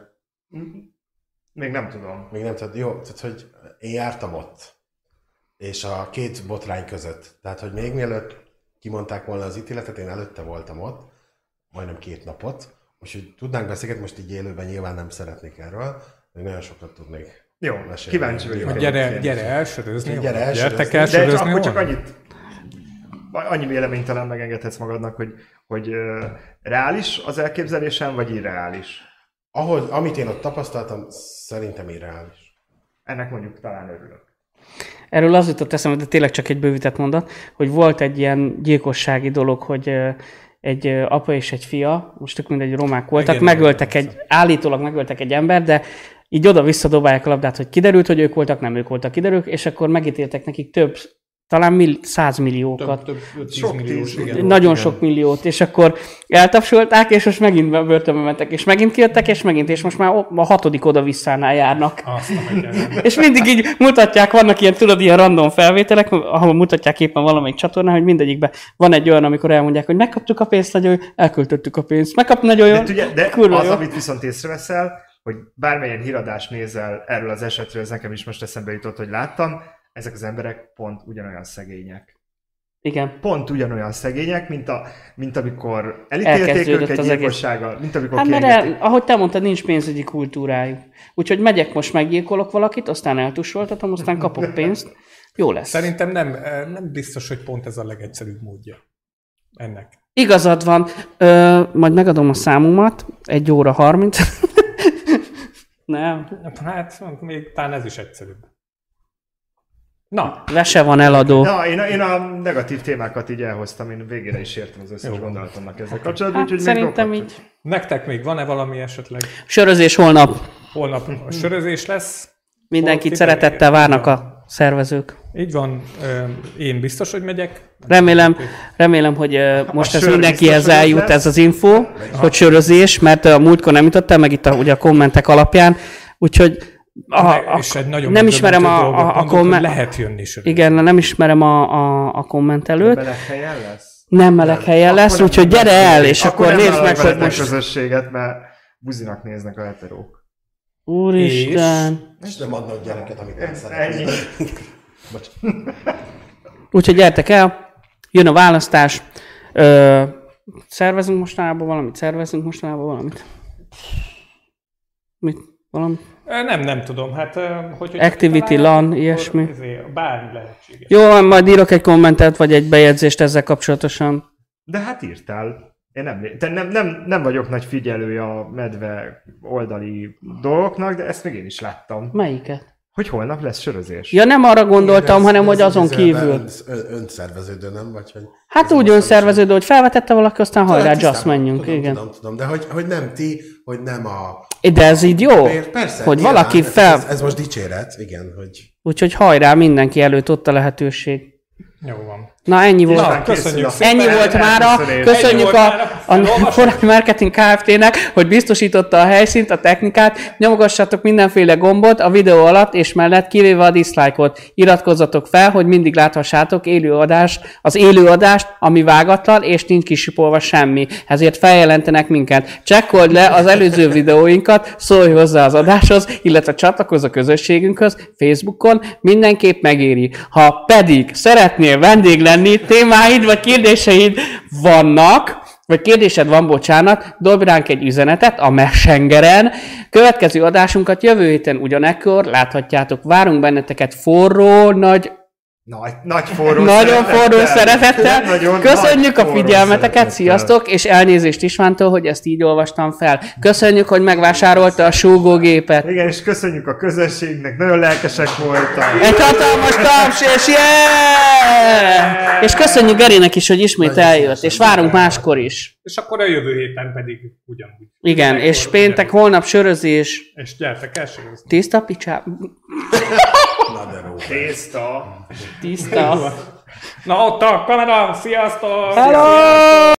Még nem tudom. Még nem tudod, jó, tehát hogy én jártam ott, és a két botrány között, tehát hogy még mielőtt kimondták volna az ítéletet, én előtte voltam ott, majdnem két napot, úgyhogy tudnánk beszélgetni, most így élőben nyilván nem szeretnék erről, még nagyon sokat tudnék Jó, mesélni. kíváncsi vagyok. Hát gyere, egyébként. gyere elsörözni. Gyere holnap. elsörözni. Gyertek De elsörözni. csak, akkor csak holnap. annyit, annyi véleménytelen megengedhetsz magadnak, hogy, hogy uh, reális az elképzelésem, vagy irreális. Ahogy, amit én ott tapasztaltam, szerintem irreális. Ennek mondjuk talán örülök. Erről az jutott eszembe, de tényleg csak egy bővített mondat, hogy volt egy ilyen gyilkossági dolog, hogy ö, egy ö, apa és egy fia, most tök mindegy romák voltak, Igen, megöltek igen, egy, állítólag megöltek egy embert, de így oda-vissza dobálják a labdát, hogy kiderült, hogy ők voltak, nem ők voltak, kiderült, és akkor megítéltek nekik több, talán mill, százmilliókat. Több, több, tíz Sok milliós, tíz igen. millió. Nagyon igen. sok milliót, és akkor eltapsolták, és most megint be- börtönbe mentek, és megint kijöttek, és megint, és most már o- a hatodik oda-visszánál járnak. Azt a megjelent. És mindig így mutatják, vannak ilyen, tudod, ilyen random felvételek, ahol mutatják éppen valamelyik csatornán, hogy mindegyikben van egy olyan, amikor elmondják, hogy megkaptuk a pénzt, nagyon jó, elköltöttük a pénzt. Megkaptuk nagyon jó, De, ugye, de kurva az, jó. amit viszont észreveszel, hogy bármilyen híradást nézel erről az esetről, ez nekem is most eszembe jutott, hogy láttam, ezek az emberek pont ugyanolyan szegények. Igen. Pont ugyanolyan szegények, mint, a, mint amikor elítélték Elkezdődött őket az egész. gyilkossággal, mint amikor Hát mert kiengedték. el, ahogy te mondtad, nincs pénzügyi kultúrájuk. Úgyhogy megyek most, meggyilkolok valakit, aztán eltussoltatom, aztán kapok pénzt. Jó lesz. Szerintem nem, nem biztos, hogy pont ez a legegyszerűbb módja ennek. Igazad van. Ö, majd megadom a számomat. Egy óra harminc. Nem. Hát még talán ez is egyszerűbb. Na, Vese van eladó. Na, én a, én a negatív témákat így elhoztam, én végére is értem az összes Jó. gondolatomnak ezzel kapcsolatban, Hát úgyhogy még szerintem dobhatok. így. nektek még van-e valami esetleg? Sörözés holnap. Holnap a sörözés lesz. Mindenkit Hol- szeretettel várnak a szervezők. Így van, ö, én biztos, hogy megyek. Remélem, remélem, hogy ö, most ez sör mindenkihez biztos, hogy eljut lesz. ez az info, hogy sörözés, mert a múltkor nem jutott el, meg itt a, ugye a kommentek alapján, úgyhogy a, a, És egy nagyon nem ismerem a, dolgot a, a mondott, komment... hogy lehet jönni sörözni. Igen, nem ismerem a, a, a kommentelőt. Meleg helyen lesz? Nem meleg helyen lesz, Akkor úgyhogy nem- gyere el, és akkor nem nézd meg, vállalok hogy veletek most... közösséget, mert buzinak néznek a heterók. Úristen! És nem adnak gyereket, amit nem Ennyi. szeretnél. Bocs. Úgyhogy gyertek el, jön a választás. Ö, szervezünk mostanában valamit? Szervezünk mostanában valamit? Mit? Valami? Ö, Nem, nem tudom. Hát, ö, hogy, hogy Activity, kitalálják, LAN, akkor ilyesmi. ezért Bármi lehetséges. Jó, majd írok egy kommentet, vagy egy bejegyzést ezzel kapcsolatosan. De hát írtál. Én nem, te nem, nem, nem vagyok nagy figyelője a medve oldali dolgoknak, de ezt még én is láttam. Melyiket? Hogy holnap lesz sörözés. Ja, nem arra gondoltam, Ez- hanem ez hogy azon idézőjelben kívül. ön- ön- Önszerveződő, nem? Vagy, hogy Hát ez úgy most önszerveződő, hogy felvetette valaki, aztán Tudom, hajrá, tisztában, just menjünk. Tudom, Igen. tudom, tudom, de hogy, hogy nem ti, hogy nem a... De ez így jó? Persze, Hogy nyilván, valaki ez, fel... Ez, ez most dicséret, igen, hogy... Úgyhogy hajrá, mindenki előtt ott a lehetőség. Jó van. Na, ennyi volt. Na, köszönjük Készül a- szépen. Ennyi volt mára. Elköszönés. Köszönjük Ennyi a, volt mára. a Elolvasod? Forrás Marketing Kft-nek, hogy biztosította a helyszínt, a technikát. Nyomogassatok mindenféle gombot a videó alatt és mellett, kivéve a dislike-ot. Iratkozzatok fel, hogy mindig láthassátok élőadást, az élőadást, ami vágatlan, és nincs kisipolva semmi. Ezért feljelentenek minket. Csekkold le az előző videóinkat, szólj hozzá az adáshoz, illetve csatlakozz a közösségünkhöz Facebookon, mindenképp megéri. Ha pedig szeretnél vendég lenni, témáid vagy kérdéseid vannak, vagy kérdésed van, bocsánat, dobj ránk egy üzenetet a Messengeren. Következő adásunkat jövő héten ugyanekkor láthatjátok. Várunk benneteket forró, nagy, Nagy, nagy forró nagyon szeretettel. forró szeretettel. Nagyon Köszönjük nagy a forró figyelmeteket, szeretettel. sziasztok, és elnézést Istvántól, hogy ezt így olvastam fel. Köszönjük, hogy megvásárolta a súgógépet. Igen, és köszönjük a közösségnek, nagyon lelkesek voltak. Egy hatalmas taps, és yeah! És köszönjük Gerének is, hogy ismét Nagyon eljött, szívesen. és várunk máskor is. És akkor a jövő héten pedig ugyanúgy. Igen, Ekkor és péntek, ugyanúgy. holnap sörözés. És gyertek el sörözni. Tiszta picsá... Na de Róbert. Tészta. Tiszta. Na ott a kamera, sziasztok! Hello!